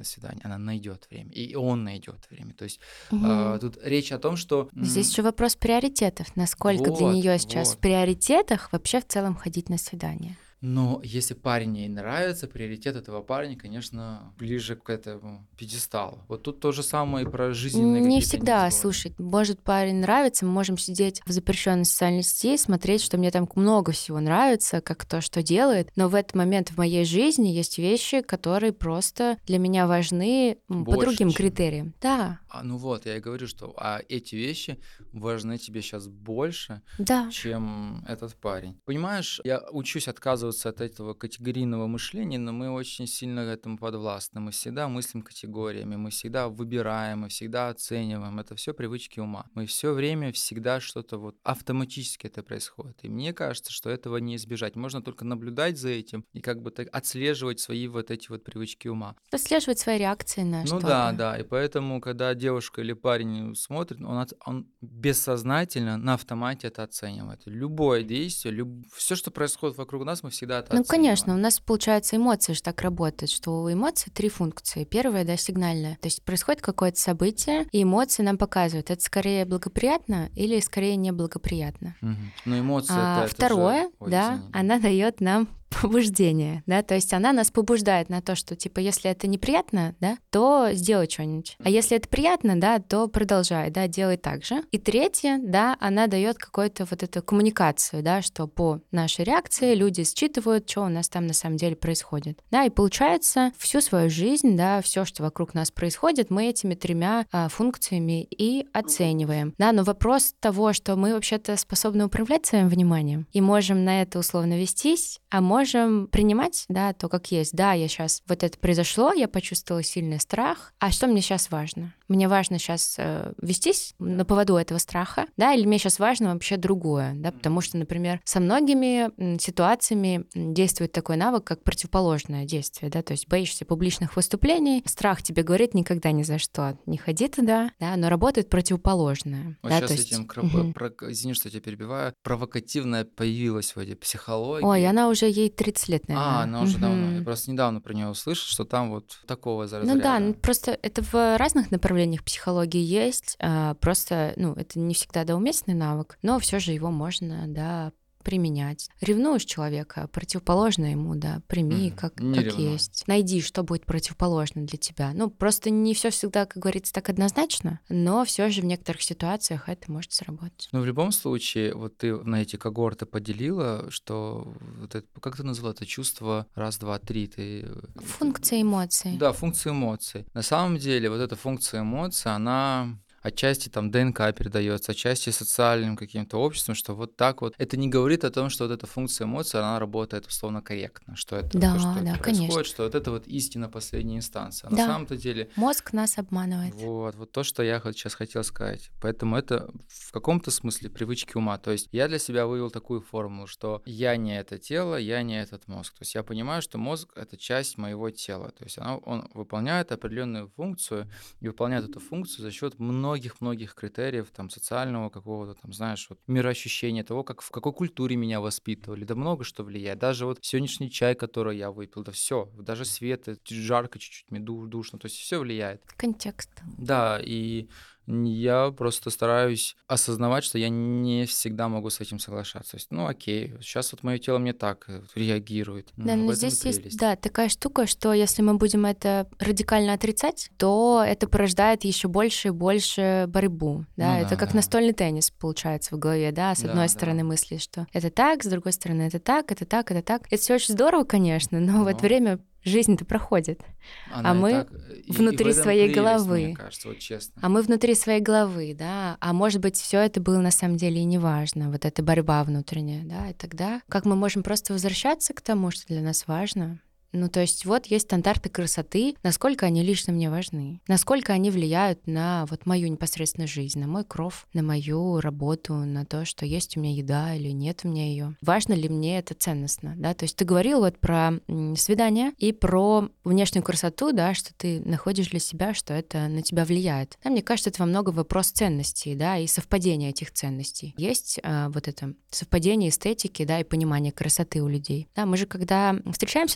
она найдет время, и он найдет время. То есть Угу. э, тут речь о том, что... Здесь еще вопрос приоритетов. Насколько вот, для нее сейчас вот. в приоритетах вообще в целом ходить на свидание? Но если парень ей нравится, приоритет этого парня, конечно, ближе к этому пьедесталу. Вот тут то же самое и про жизненные Не какие-то всегда, невзгоды. слушай, может парень нравится, мы можем сидеть в запрещенной социальной сети, смотреть, что мне там много всего нравится, как то, что делает, но в этот момент в моей жизни есть вещи, которые просто для меня важны м, по Больше, другим чем- критериям. Да, А, ну вот, я и говорю, что а эти вещи важны тебе сейчас больше, да. чем этот парень. Понимаешь, я учусь отказываться от этого категорийного мышления, но мы очень сильно этому подвластны. Мы всегда мыслим категориями, мы всегда выбираем, мы всегда оцениваем. Это все привычки ума. Мы все время всегда что-то вот автоматически это происходит. И мне кажется, что этого не избежать. Можно только наблюдать за этим и как бы так отслеживать свои вот эти вот привычки ума. Отслеживать свои реакции на Ну что-то. да, да, и поэтому, когда девушка или парень смотрит, он, от- он бессознательно на автомате это оценивает. Любое действие, люб... все, что происходит вокруг нас, мы всегда это Ну, оцениваем. конечно, у нас, получается, эмоции же так работают, что у эмоций три функции. Первая, да, сигнальная. То есть происходит какое-то событие, и эмоции нам показывают, это скорее благоприятно или скорее неблагоприятно. Мгм. Но эмоции А это, это второе, же... Ой, да, извини. она дает нам побуждение, да, то есть она нас побуждает на то, что, типа, если это неприятно, да, то сделай что-нибудь. А если это приятно, да, то продолжай, да, делай так же. И третье, да, она дает какую-то вот эту коммуникацию, да, что по нашей реакции люди считывают, что у нас там на самом деле происходит. Да, и получается, всю свою жизнь, да, все, что вокруг нас происходит, мы этими тремя а, функциями и оцениваем. Да, но вопрос того, что мы вообще-то способны управлять своим вниманием и можем на это условно вестись, а можем принимать, да, то, как есть. Да, я сейчас, вот это произошло, я почувствовала сильный страх. А что мне сейчас важно? Мне важно сейчас э, вестись на поводу этого страха, да, или мне сейчас важно вообще другое, да, потому что, например, со многими м, ситуациями м, действует такой навык, как противоположное действие, да, то есть боишься публичных выступлений, страх тебе говорит никогда ни за что не ходи туда, да, но работает противоположное. Вот да, сейчас то есть... этим, кро- Мгм. про- извини, что я тебя перебиваю, провокативная появилась в этой психологии. Ой, она уже ей тридцать лет, наверное. А, она уже давно. Я Мгм. просто недавно про нее услышал, что там вот такого за Ну да, разряда. ну просто это в разных направлениях психологии есть, а, просто, ну, это не всегда да, уместный навык, но все же его можно, да, применять. Ревнуешь человека, противоположно ему, да, прими Мгм. как, Не как ревную. есть. Найди, что будет противоположно для тебя. Ну, просто не все всегда, как говорится, так однозначно, но все же в некоторых ситуациях это может сработать. Но в любом случае, вот ты на эти когорты поделила, что вот это, как ты назвала это чувство раз, два, три, ты... Функция эмоций. Да, функция эмоций. На самом деле, вот эта функция эмоций, она отчасти там ДНК передается, отчасти социальным каким-то обществом, что вот так вот. Это не говорит о том, что вот эта функция эмоций, она работает условно корректно, что это Да, то, что да, это конечно. происходит, что вот это вот истина последней инстанции. А на Да. самом-то деле Мозг нас обманывает. вот, вот то, что я вот сейчас хотел сказать. Поэтому это в каком-то смысле привычки ума. То есть я для себя вывел такую формулу, что я не это тело, я не этот мозг. То есть я понимаю, что мозг — это часть моего тела. То есть она, он выполняет определенную функцию и выполняет эту функцию за счет многих-многих критериев там, социального какого-то, там, знаешь, вот, мироощущения, того, как, в какой культуре меня воспитывали. Да много что влияет. Даже вот сегодняшний чай, который я выпил, да все, даже свет, это жарко чуть-чуть, мне ду- душно. То есть все влияет. Контекст. Да, и я просто стараюсь осознавать, что я не всегда могу с этим соглашаться. То есть, ну окей, сейчас вот мое тело мне так э, реагирует. Да, Ну, в но этом и здесь есть, прелесть. да, такая штука, что если мы будем это радикально отрицать, то это порождает еще больше и больше борьбу, да, Ну это да, как да. настольный теннис получается в голове, да, с Да, одной да. стороны мысли, что это так, с другой стороны это так, это так, это так. Это все очень здорово, конечно, но в это Но время жизнь-то проходит. она и мы так, э, и- и внутри в этом своей прелесть, головы. мне кажется, вот честно. А мы внутри своей головы, да, а может быть, все это было на самом деле и не важно, вот эта борьба внутренняя, да, и тогда как мы можем просто возвращаться к тому, что для нас важно? Ну, то есть вот есть стандарты красоты, насколько они лично мне важны, насколько они влияют на вот мою непосредственную жизнь, на мой кров, на мою работу, на то, что есть у меня еда или нет у меня ее. Важно ли мне это ценностно, да? То есть ты говорил вот про м, свидание и про внешнюю красоту, да, что ты находишь для себя, что это на тебя влияет. Да, мне кажется, это во многом вопрос ценностей, да, и совпадения этих ценностей. Есть а, вот это совпадение эстетики, да, и понимание красоты у людей. Да, мы же когда встречаемся друг с другом,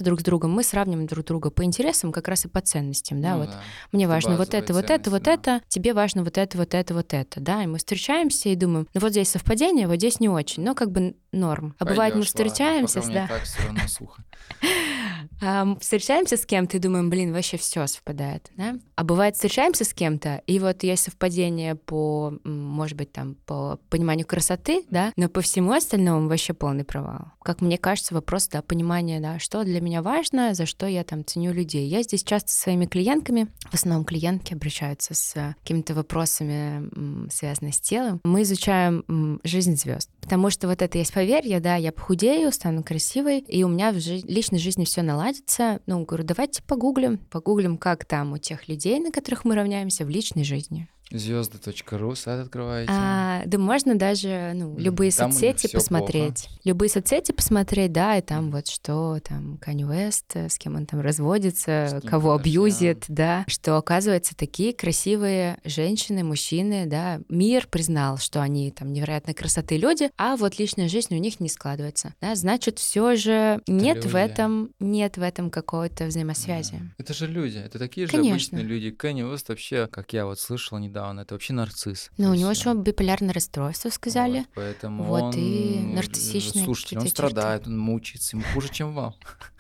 другом, мы сравниваем друг друга по интересам, как раз и по ценностям, да, Ну вот да. мне Это важно вот базовые это, вот это, ценности, вот да. это, тебе важно вот это, вот это, вот это, да, и мы встречаемся и думаем, ну вот здесь совпадение, вот здесь не очень, но как бы норм. А бывает мы Пойдёшь, ладно, встречаемся, пока с- мне да, так все равно сухо. А, м, встречаемся с кем-то и думаем, блин, вообще все совпадает, да? А бывает, встречаемся с кем-то, и вот есть совпадение по, м, может быть, там, по пониманию красоты, да, но по всему остальному вообще полный провал. Как мне кажется, вопрос, да, понимания, да, что для меня важно, за что я там ценю людей. Я здесь часто со своими клиентками, в основном клиентки обращаются с а, какими-то вопросами, м, связанными с телом. Мы изучаем м, жизнь звезд, потому что вот это есть поверье, да, я похудею, стану красивой, и у меня в жи- личной жизни все наладится. Ну, говорю, давайте погуглим, погуглим, как там у тех людей, на которых мы равняемся в личной жизни. звезды точка ру сайт открываете. А, да можно даже ну, Мгм. любые Там у них соцсети всё посмотреть. Любые соцсети посмотреть, да, и там Мгм. вот что там Канье Уэст, э, с кем он там разводится, С Ким кого Кардашьян. абьюзит, да, что оказывается такие красивые женщины, мужчины, да, мир признал, что они там невероятной красоты люди, а вот личная жизнь у них не складывается, да, значит все же нет в люди. этом нет в этом какой-то взаимосвязи. Да. Это же люди, это такие же Конечно. обычные люди. Канье Уэст вообще, как я вот слышал недавно, это вообще нарцисс. Но То у есть, него э, еще биполярное расстройство, сказали. вот, поэтому Вот, он, и э, нарциссичные слушайте, он какие-то черты. страдает, он мучается, ему хуже, чем вам.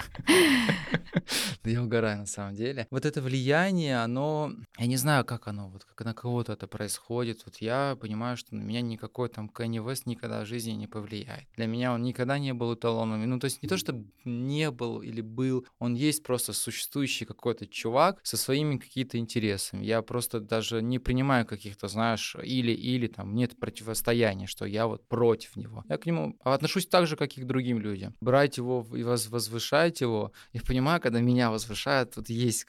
Да я угораю на самом деле. Вот это влияние, оно, я не знаю, как оно, вот как на кого-то это происходит. Вот я понимаю, что на меня никакой там Канье Уэст никогда в жизни не повлияет. Для меня он никогда не был эталоном. Ну, то есть не то, что не был или был, он есть просто существующий какой-то чувак со своими какими-то интересами. Я просто даже не принимаю каких-то, знаешь, или-или, там нет противостояния, что я вот против него. Я к нему отношусь так же, как и к другим людям. Брать его и воз- возвышать его, я понимаю, когда меня возвышают, тут есть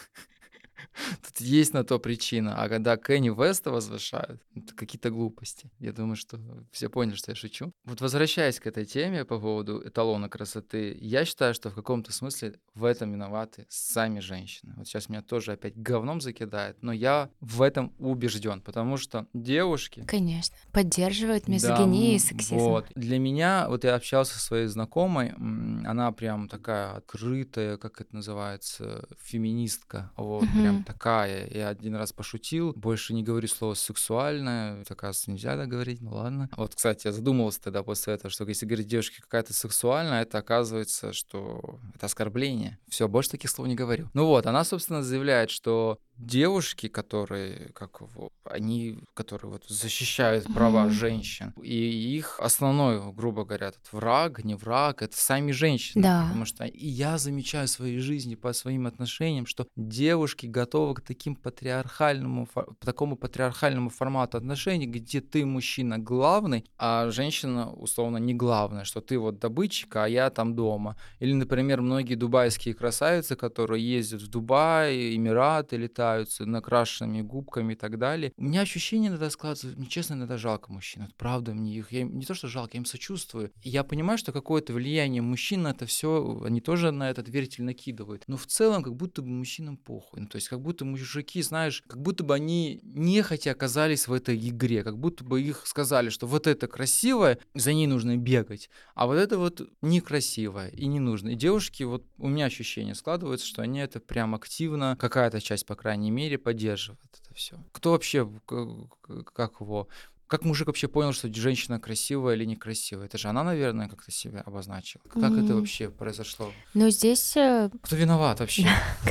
тут есть на то причина. А когда Кенни Уэста возвышают, это какие-то глупости. Я думаю, что все поняли, что я шучу. Вот возвращаясь к этой теме по поводу эталона красоты, я считаю, что в каком-то смысле в этом виноваты сами женщины. Вот сейчас меня тоже опять говном закидает, но я в этом убежден, потому что девушки, Конечно. Поддерживают да, мизогинию и м, сексизм. вот. Для меня, вот я общался со своей знакомой, м, она прям такая открытая, как это называется, феминистка, вот, прям Мгм. такая. Я один раз пошутил, больше не говорю слово «сексуальное», это, оказывается, нельзя так говорить, ну ладно. Вот, кстати, я задумался тогда после этого, что если говорить девушке какая-то сексуальная, это оказывается, что это оскорбление. Все, больше таких слов не говорю. Ну вот, она, собственно, заявляет, что девушки, которые, как его, они, которые вот защищают права Мгм. женщин, и их основной, грубо говоря, этот враг, не враг, это сами женщины, Да. потому что и я замечаю в своей жизни по своим отношениям, что девушки готовы к таким патриархальному, фо- к такому патриархальному формату отношений, где ты мужчина главный, а женщина условно не главная, что ты вот добытчик, а я там дома. Или, например, многие дубайские красавицы, которые ездят в Дубай, Эмираты, летают с накрашенными губками и так далее. У меня ощущение иногда складывается, мне честно, иногда жалко мужчин. Вот правда, мне их, я им- не то, что жалко, я им сочувствую. И я понимаю, что какое-то влияние мужчин на это все, они тоже на этот вертель накидывают. Но в целом, как будто бы мужчинам похуй. Ну, то есть, как будто мужики, знаешь, как будто бы они нехотя оказались в этой игре, как будто бы их сказали, что вот это красивое, за ней нужно бегать, а вот это вот некрасивое и не нужно. И девушки, вот у меня ощущение складывается, что они это прям активно, какая-то часть, по крайней мере, поддерживает это все. Кто вообще, к- к- как его, как мужик вообще понял, что женщина красивая или некрасивая? Это же она, наверное, как-то себя обозначила. Как это М. вообще произошло? Но здесь... э, Кто виноват вообще?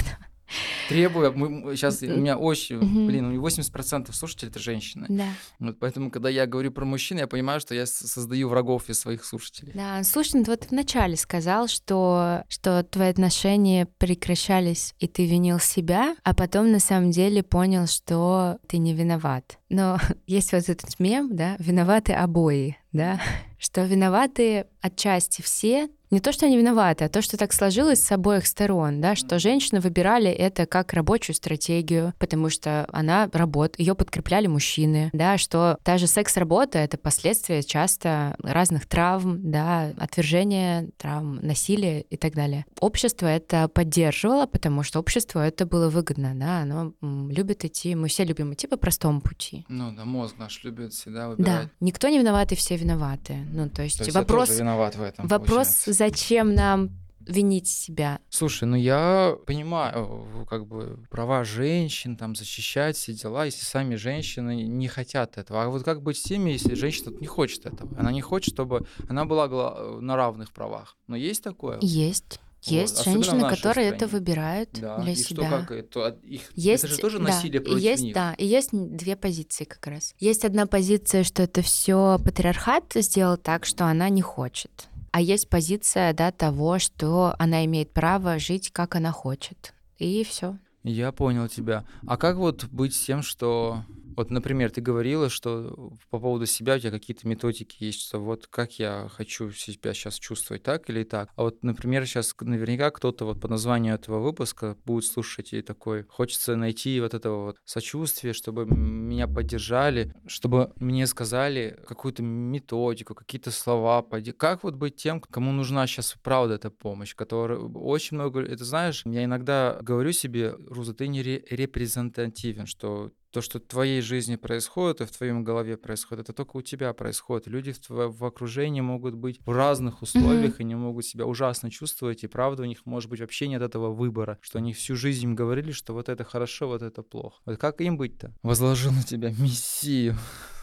Требую, сейчас у М, меня очень, мгм. блин, у меня восемьдесят процентов слушателей это женщины. Да. Вот поэтому, когда я говорю про мужчин, я понимаю, что я с- создаю врагов из своих слушателей. Да, слушай, ну ты вот вначале сказал, что, что твои отношения прекращались, и ты винил себя, а потом на самом деле понял, что ты не виноват. Но есть вот этот мем, да, виноваты обои, да, что виноваты отчасти все. Не то, что они виноваты, а то, что так сложилось с обоих сторон, да, что женщины выбирали это как рабочую стратегию, потому что она работает, ее подкрепляли мужчины, да, что та же секс-работа — это последствия часто разных травм, да, отвержения, травм, насилия и так далее. Общество это поддерживало, потому что обществу это было выгодно, да, оно м, любит идти, мы все любим идти по простому пути. Ну да, мозг наш любит всегда Да, выбирать. никто не виноват, и все виноваты. Ну, то есть, То есть вопрос... я тоже виноват в этом, Вопрос, получается. зачем нам винить себя. Слушай, ну я понимаю, э, как бы права женщин, там защищать все дела, если сами женщины не хотят этого. А вот как быть с теми, если женщина не хочет этого? Она не хочет, чтобы она была гла- на равных правах. Но есть такое? Есть. Вот. Есть Особенно в женщины, нашей которые это стране. выбирают Да. для И что, себя. как это? от их- Это Есть, же тоже да, насилие и против есть, них. да, и есть н- две позиции как раз. Есть одна позиция, что это все патриархат сделал так, что она не хочет. А есть позиция, да, того, что она имеет право жить, как она хочет. И все. Я понял тебя. А как вот быть с тем, что... Вот, например, ты говорила, что по поводу себя у тебя какие-то методики есть, что вот как я хочу себя сейчас чувствовать, так или так. А вот, например, сейчас наверняка кто-то вот по названию этого выпуска будет слушать и такой, хочется найти вот этого вот сочувствия, чтобы м- меня поддержали, чтобы мне сказали какую-то методику, какие-то слова. поди- Как вот быть тем, кому нужна сейчас правда эта помощь, которая очень много... Это знаешь, я иногда говорю себе, Руза, ты не ре- репрезентативен, что то, что в твоей жизни происходит и в твоем голове происходит, это только у тебя происходит. Люди в, тво- в окружении могут быть в разных условиях и не могут себя ужасно чувствовать, и правда у них может быть вообще нет этого выбора, что они всю жизнь им говорили, что вот это хорошо, вот это плохо. Вот как им быть-то? Возложил на тебя миссию.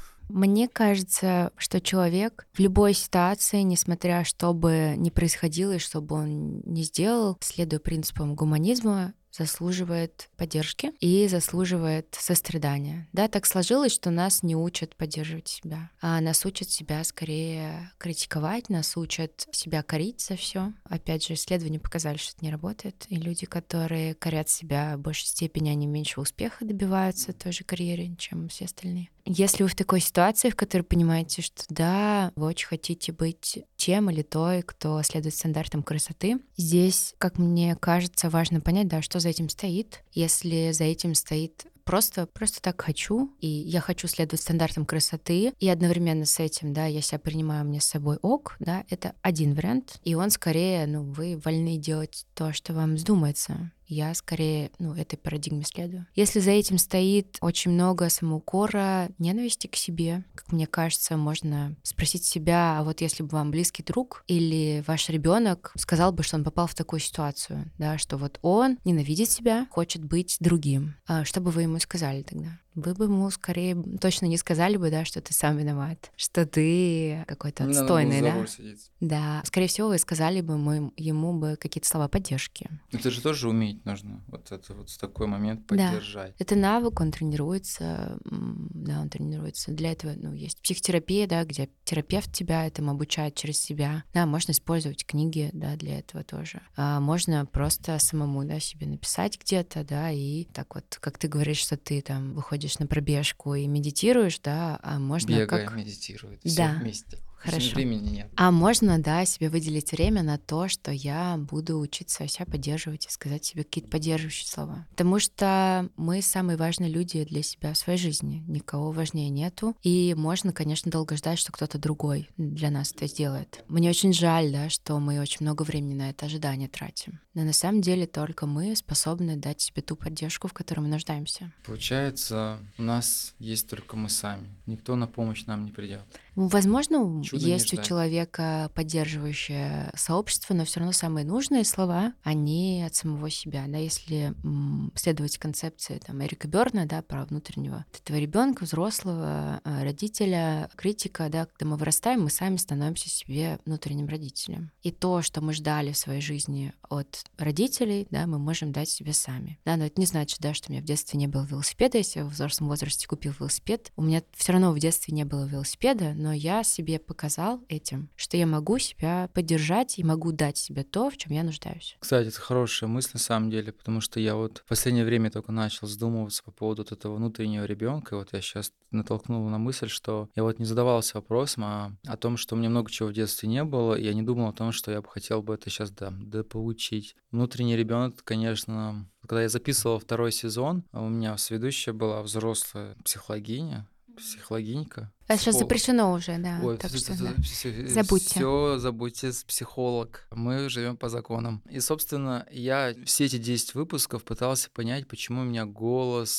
Мне кажется, что человек в любой ситуации, несмотря что бы ни происходило и что бы он ни сделал, следуя принципам гуманизма, заслуживает поддержки и заслуживает сострадания. Да, так сложилось, что нас не учат поддерживать себя, а нас учат себя скорее критиковать, нас учат себя корить за все. Опять же, исследования показали, что это не работает, и люди, которые корят себя в большей степени, они меньше успеха добиваются в той же карьере, чем все остальные. Если вы в такой ситуации, в которой понимаете, что да, вы очень хотите быть тем или той, кто следует стандартам красоты, здесь, как мне кажется, важно понять, да, что за этим стоит. Если за этим стоит просто, просто так хочу, и я хочу следовать стандартам красоты, и одновременно с этим, да, я себя принимаю, мне с собой ок, да, это один вариант, и он скорее, ну, вы вольны делать то, что вам вздумается. Я скорее, ну, этой парадигме следую. Если за этим стоит очень много самоукора, ненависти к себе, как мне кажется, можно спросить себя, а вот если бы вам близкий друг или ваш ребенок сказал бы, что он попал в такую ситуацию, да, что вот он ненавидит себя, хочет быть другим, а что бы вы ему сказали тогда? Вы бы ему скорее точно не сказали бы, да, что ты сам виноват, что ты какой-то Не надо было отстойный, за да? руль сидеть. Да, скорее всего, вы сказали бы мы, ему бы какие-то слова поддержки. Это же тоже уметь нужно, вот это вот в такой момент Да. поддержать. Это навык, он тренируется, м, да, он тренируется. Для этого, ну, есть психотерапия, да, где терапевт тебя этому обучает через себя. Да, можно использовать книги, да, для этого тоже. А можно просто самому, да, себе написать где-то, да, и так вот, как ты говоришь, что ты там выходишь на пробежку и медитируешь, да, а можно Бегая, как... медитирует, Да. все вместе. Хорошо. Времени нет. А можно, да, себе выделить время на то, что я буду учиться себя поддерживать и сказать себе какие-то поддерживающие слова. Потому что мы самые важные люди для себя в своей жизни. Никого важнее нету. И можно, конечно, долго ждать, что кто-то другой для нас это сделает. Мне очень жаль, да, что мы очень много времени на это ожидание тратим. Но на самом деле только мы способны дать себе ту поддержку, в которой мы нуждаемся. Получается, у нас есть только мы сами. Никто на помощь нам не придет. Возможно, Чудо не есть у ждать. человека поддерживающее сообщество, но все равно самые нужные слова, они от самого себя. Да, если м, следовать концепции там, Эрика Бёрна, да, про внутреннего вот этого ребенка, взрослого, э, родителя, критика, да, когда мы вырастаем, мы сами становимся себе внутренним родителем. И то, что мы ждали в своей жизни от родителей, да, мы можем дать себе сами. Да, но это не значит, да, что у меня в детстве не было велосипеда, если я в взрослом возрасте купил велосипед. У меня все равно в детстве не было велосипеда, но я себе показал этим, что я могу себя поддержать и могу дать себе то, в чем я нуждаюсь. Кстати, это хорошая мысль на самом деле, потому что я вот в последнее время только начал задумываться по поводу вот этого внутреннего ребенка. И вот я сейчас натолкнул на мысль, что я вот не задавался вопросом а, о том, что у меня много чего в детстве не было, и я не думал о том, что я бы хотел бы это сейчас да, дополучить. Внутренний ребенок, конечно, когда я записывал второй сезон, у меня сведущая была взрослая психологиня, психологинька. Это сейчас психолог. запрещено уже, да. Ой, так все, что, да. Забудьте. Все, забудьте, психолог. Мы живем по законам. И, собственно, я все эти десять выпусков пытался понять, почему у меня голос такой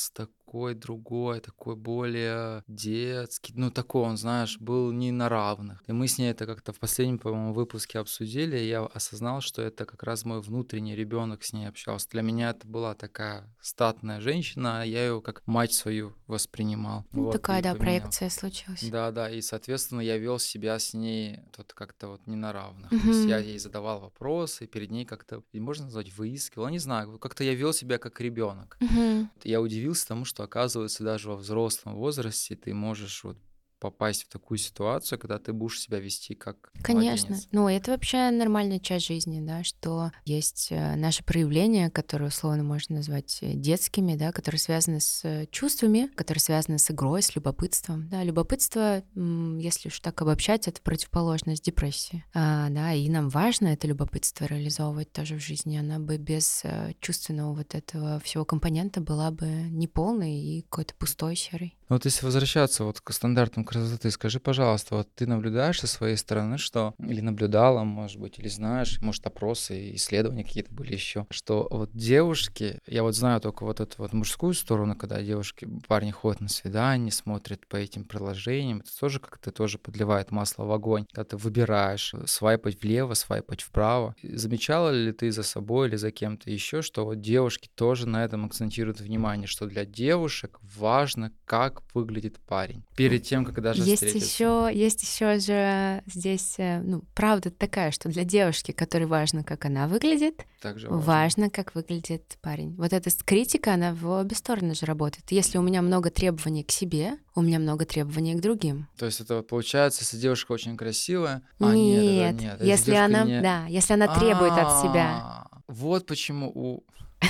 такой другой, такой более детский. Ну, такой он, знаешь, был не на равных. И мы с ней это как-то в последнем, по-моему, выпуске обсудили, и я осознал, что это как раз мой внутренний ребенок с ней общался. Для меня это была такая статная женщина, а я ее как мать свою воспринимал. Ну, Вот, такая, и да, поменял. проекция случилась. Да, да, и, соответственно, я вел себя с ней тут как-то вот не на равных. То есть я Мгм. ей задавал вопросы, перед ней как-то, и можно назвать, выискивал, не знаю, как-то я вел себя как ребенок. Мгм. Я удивился тому, что, оказывается, даже во взрослом возрасте ты можешь вот попасть в такую ситуацию, когда ты будешь себя вести как Конечно. младенец. Ну, это вообще нормальная часть жизни, да, что есть э, наши проявления, которые условно можно назвать э, детскими, да, которые связаны с э, чувствами, которые связаны с игрой, с любопытством. Да, любопытство, м, если уж так обобщать, это противоположность депрессии. А, да, и нам важно это любопытство реализовывать тоже в жизни. Она бы без э, чувственного вот этого всего компонента была бы неполной и какой-то пустой, серой. Ну, вот если возвращаться вот к стандартам красоты, скажи, пожалуйста, вот ты наблюдаешь со своей стороны, что, или наблюдала, может быть, или знаешь, может, опросы, исследования какие-то были еще, что вот девушки, я вот знаю только вот эту вот мужскую сторону, когда девушки, парни ходят на свидание, смотрят по этим приложениям, это тоже как-то тоже подливает масло в огонь, когда ты выбираешь свайпать влево, свайпать вправо. Замечала ли ты за собой или за кем-то еще, что вот девушки тоже на этом акцентируют внимание, что для девушек важно, как выглядит парень перед тем, как даже Есть встретиться? еще, есть еще же здесь, э, ну, правда такая, что для девушки, которой важно, как она выглядит, Также важно. важно, как выглядит парень. Вот эта критика, она в обе стороны же работает. Если у меня много требований к себе, у меня много требований к другим. То есть это вот получается, если девушка очень красивая, а нет, это Нет, нет, если если девушка она, не... да, если она требует от себя. А, Вот почему у...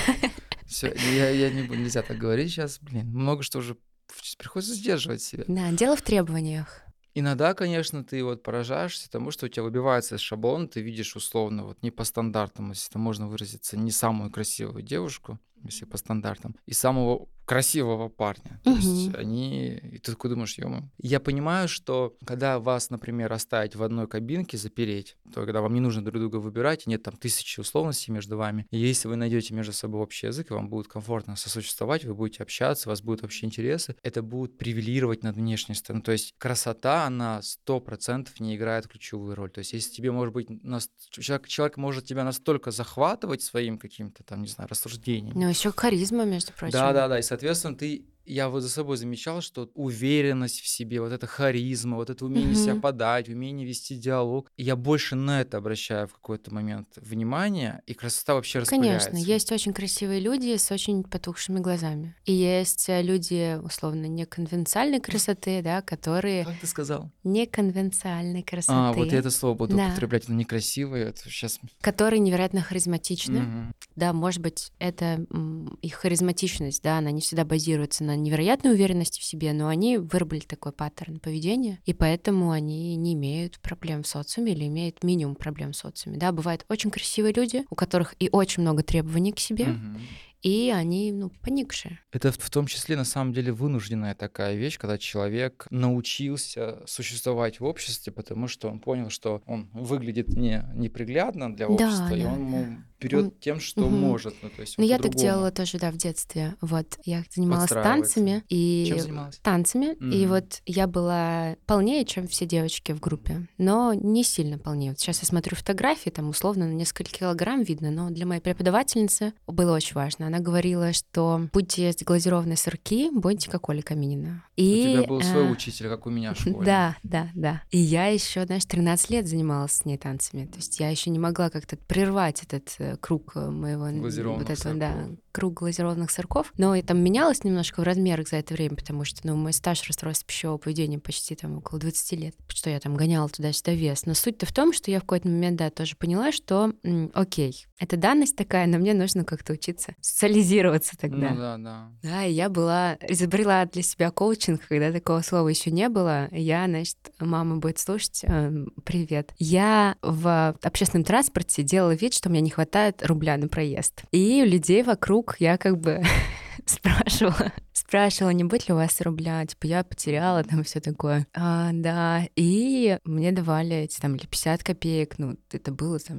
Все, я, я не буду, нельзя так говорить сейчас, блин, много что уже приходится сдерживать себя. Да, дело в требованиях. Иногда, конечно, ты вот поражаешься тому, что у тебя выбивается из шаблона, ты видишь условно, вот не по стандартам, если это можно выразиться, не самую красивую девушку, если по стандартам, и самого красивого парня. То есть Мгм. они... И ты такой думаешь, ё-моё. Я понимаю, что когда вас, например, оставить в одной кабинке, запереть, то когда вам не нужно друг друга выбирать, и нет там тысячи условностей между вами, и если вы найдете между собой общий язык, и вам будет комфортно сосуществовать, вы будете общаться, у вас будут общие интересы, это будет превалировать над внешней стороной. То есть красота, она сто процентов не играет ключевую роль. То есть если тебе, может быть, нас... человек, человек может тебя настолько захватывать своим каким-то там, не знаю, рассуждением. Ну, еще харизма, между прочим. Да-да-да, и, соответственно, ты, я вот за собой замечал, что уверенность в себе, вот эта харизма, вот это умение себя Мгм. подать, умение вести диалог, и я больше на это обращаю в какой-то момент внимание, и красота вообще распыляется. Конечно, есть очень красивые люди с очень потухшими глазами. И есть э, люди, условно, неконвенциальной красоты, да, которые... Как ты сказал? Неконвенциальной красоты. А, вот я это слово буду Да. употреблять, это некрасивое, это сейчас... Которые невероятно харизматичны. Мгм. Да, может быть, это м, их харизматичность, да, она не всегда базируется на невероятной уверенности в себе, но они выработали такой паттерн поведения, и поэтому они не имеют проблем в социуме или имеют минимум проблем в социуме. Да, бывают очень красивые люди, у которых и очень много требований к себе, Мгм. и они, ну, поникшие. Это в в том числе, на самом деле, вынужденная такая вещь, когда человек научился существовать в обществе, потому что он понял, что он выглядит не неприглядно для Да, общества, и да, он да. ему берет Он- тем, что Мгм. может. Ну, то есть Ну, он я так по-другому делала тоже, да, в детстве. Вот, я занималась подстраивается. танцами, и Чем занималась? танцами, и Мгм. вот я была полнее, чем все девочки в группе, но не сильно полнее. Вот сейчас я смотрю фотографии, там условно на несколько килограмм видно, но для моей преподавательницы было очень важно. Она говорила, что будете есть глазированные сырки, будете как Оля Каминина. У И, тебя был свой а, учитель, как у меня в школе. Да, да, да. И я еще, знаешь, тринадцать лет занималась с ней танцами. То есть я еще не могла как-то прервать этот э, круг э, моего н- Глазированных вот этого, да, сырков. круг глазированных сырков. Но я там менялась немножко в размерах за это время, потому что, ну, мой стаж расстройства пищевого поведения почти там около двадцати лет, что я там гоняла туда-сюда вес. Но суть-то в том, что я в какой-то момент, да, тоже поняла, что, м, окей, это данность такая, но мне нужно как-то учиться социализироваться тогда. Ну да, да. Да, и я была, изобрела для себя коучинг, когда такого слова еще не было. Я, значит, мама будет слушать, эм, привет. Я в общественном транспорте делала вид, что мне не хватает рубля на проезд. И у людей вокруг я как бы спрашивала, спрашивала, не будет ли у вас рубля, типа я потеряла, там все такое. А, да, и мне давали эти там или пятьдесят копеек, ну это было там же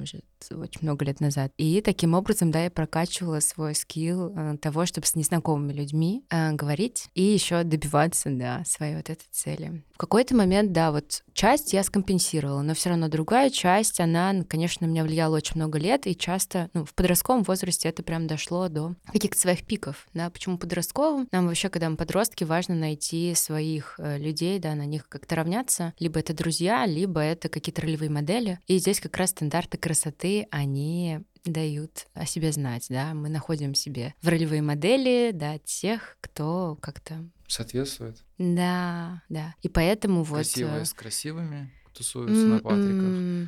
очень много лет назад. И таким образом, да, я прокачивала свой скилл э, того, чтобы с незнакомыми людьми э, говорить и еще добиваться, да, своей вот этой цели. В какой-то момент, да, вот часть я скомпенсировала, но все равно другая часть, она, конечно, на меня влияла очень много лет, и часто, ну, в подростковом возрасте это прям дошло до каких-то своих пиков, да. Почему подростковым? Нам вообще, когда мы подростки, важно найти своих э, людей, да, на них как-то равняться. Либо это друзья, либо это какие-то ролевые модели. И здесь как раз стандарты красоты, они дают о себе знать, да. Мы находим себе в ролевые модели, да, тех, кто как-то... Соответствует. Да, да. И поэтому Красивые вот... с красивыми тусуются на патриках.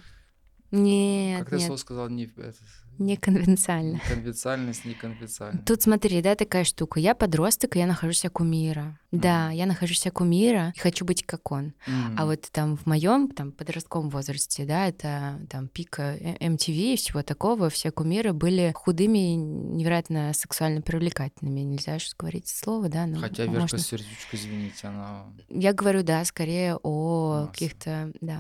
Нет, Как ты нет. слово сказал? Не, это, Неконвенциально. Конвенциальность, неконвенциальность. Тут смотри, да, такая штука. Я подросток, и я нахожусь у кумира. Mm-hmm. Да, я нахожусь у кумира и хочу быть как он. Mm-hmm. А вот там в моем там подростковом возрасте, да, это там пик эм ти ви и всего такого, все кумиры были худыми и невероятно сексуально привлекательными. Нельзя же говорить слово, да? Но Хотя можно... Верка Сердючка, извините, она... Я говорю, да, скорее о Масса. каких-то, да...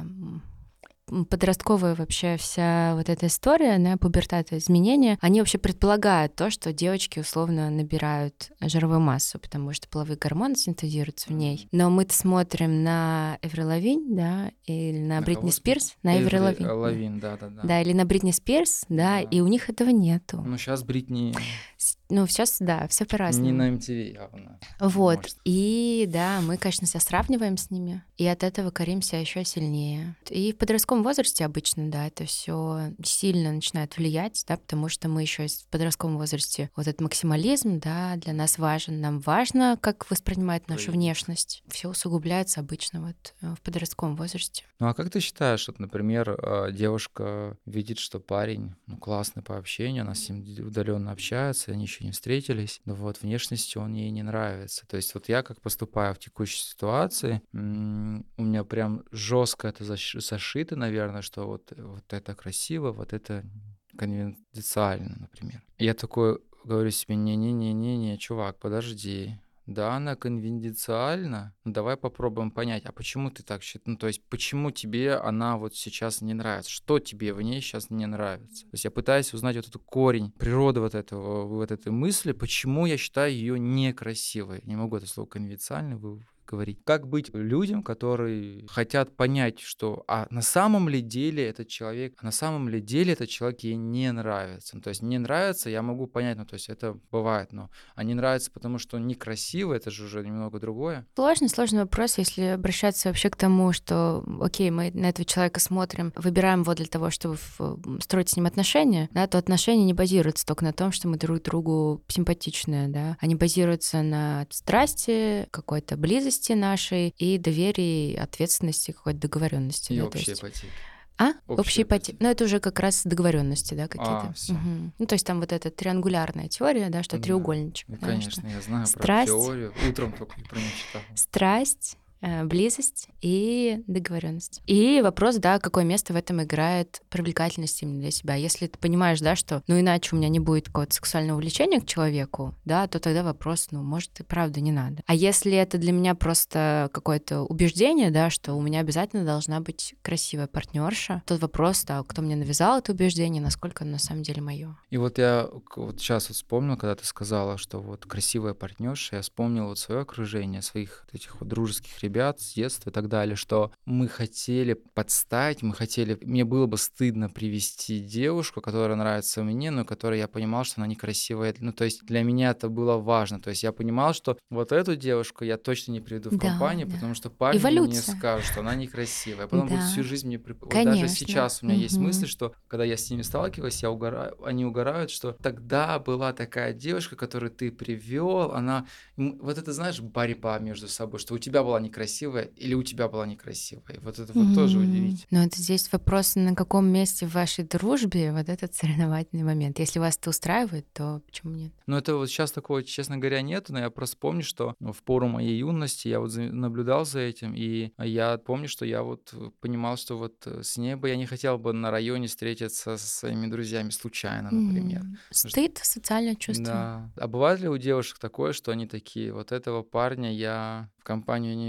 Подростковая вообще вся вот эта история, да, пубертат, изменения, они вообще предполагают то, что девочки условно набирают жировую массу, потому что половые гормоны синтезируются в ней. Но мы-то смотрим на Эври Лавинь, да, или на, на Бритни Спирс, на Эври Лавинь. Лавинь, да, да, да. Да, или на Бритни Спирс, да, да, и у них этого нету. Ну, сейчас Бритни... Ну, сейчас, да, все по-разному. Не на эм ти ви явно. Вот. Может. И да, мы, конечно, себя сравниваем с ними, и от этого коримся еще сильнее. И в подростковом возрасте обычно, да, это все сильно начинает влиять, да, потому что мы еще в подростковом возрасте вот этот максимализм, да, для нас важен. Нам важно, как воспринимает нашу Проявить. внешность. Все усугубляется обычно вот в подростковом возрасте. Ну а как ты считаешь, вот, например, девушка видит, что парень, ну, классный по общению, она с ним удаленно общается, они еще не встретились, но вот внешностью он ей не нравится. То есть вот я как поступаю в текущей ситуации, м- у меня прям жестко это заш- зашито, наверное, что вот, вот это красиво, вот это конвенциально, например. Я такой говорю себе, не-не-не-не-не, чувак, подожди. Да, она конвенциальна. Ну, давай попробуем понять, а почему ты так считаешь? Ну, то есть, почему тебе она вот сейчас не нравится? Что тебе в ней сейчас не нравится? То есть я пытаюсь узнать вот этот корень, природу вот этого, вот этой мысли, почему я считаю ее некрасивой. Не могу это слово конвенциально вы говорить. Как быть людям, которые хотят понять, что а на самом ли деле этот человек, а на самом ли деле этот человек ей не нравится. Ну, то есть не нравится, я могу понять, ну то есть это бывает, но а не нравится, потому что он некрасивый, это же уже немного другое. Сложный, сложный вопрос, если обращаться вообще к тому, что, окей, мы на этого человека смотрим, выбираем его для того, чтобы строить с ним отношения, да, то отношения не базируются только на том, что мы друг другу симпатичны, да, они базируются на страсти, какой-то близости нашей и доверии, ответственности, какой-то договоренности. И да, общей есть... ипотеки. А? Общая Общие ипотеки. Ну, это уже как раз договоренности, да, какие-то. А, всё. Угу. Ну, то есть там вот эта триангулярная теория, да, что Да. треугольничек. Ну, да, конечно, что я знаю страсть, про теорию. Утром только про нее читал. Страсть, близость и договоренность. И вопрос, да, какое место в этом играет привлекательность именно для себя. Если ты понимаешь, да, что, ну, иначе у меня не будет какого-то сексуального влечения к человеку, да, то тогда вопрос, ну, может, и правда не надо. А если это для меня просто какое-то убеждение, да, что у меня обязательно должна быть красивая партнерша, тот вопрос, да, кто мне навязал это убеждение, насколько оно на самом деле мое. И вот я вот сейчас вот вспомнил, когда ты сказала, что вот красивая партнерша, я вспомнил вот свое окружение, своих вот этих вот дружеских ребят с детства и так далее, что мы хотели подстать, мы хотели... Мне было бы стыдно привести девушку, которая нравится мне, но которой я понимал, что она некрасивая. Ну, то есть для меня это было важно. То есть я понимал, что вот эту девушку я точно не приведу в Да, компанию, да. потому что парни Эволюция. мне скажут, что она некрасивая. Потом Да. будут всю жизнь мне... Прип... Вот Конечно. даже сейчас у меня есть Мгм. мысль, что когда я с ними сталкиваюсь, я угораю, они угорают, что тогда была такая девушка, которую ты привел, она... Вот это, знаешь, борьба между собой, что у тебя была некрасивая или у тебя была некрасивая. Вот это вот тоже удивительно. Но это здесь вопрос, на каком месте в вашей дружбе вот этот соревновательный момент. Если вас это устраивает, то почему нет? Ну, это вот сейчас такого, честно говоря, нет, но я просто помню, что в пору моей юности я вот за- наблюдал за этим, и я помню, что я вот понимал, что вот с ней бы я не хотел бы на районе встретиться со своими друзьями случайно, например. М, Стыд, социальное чувство. Да. А бывает ли у девушек такое, что они такие, вот этого парня я в компанию не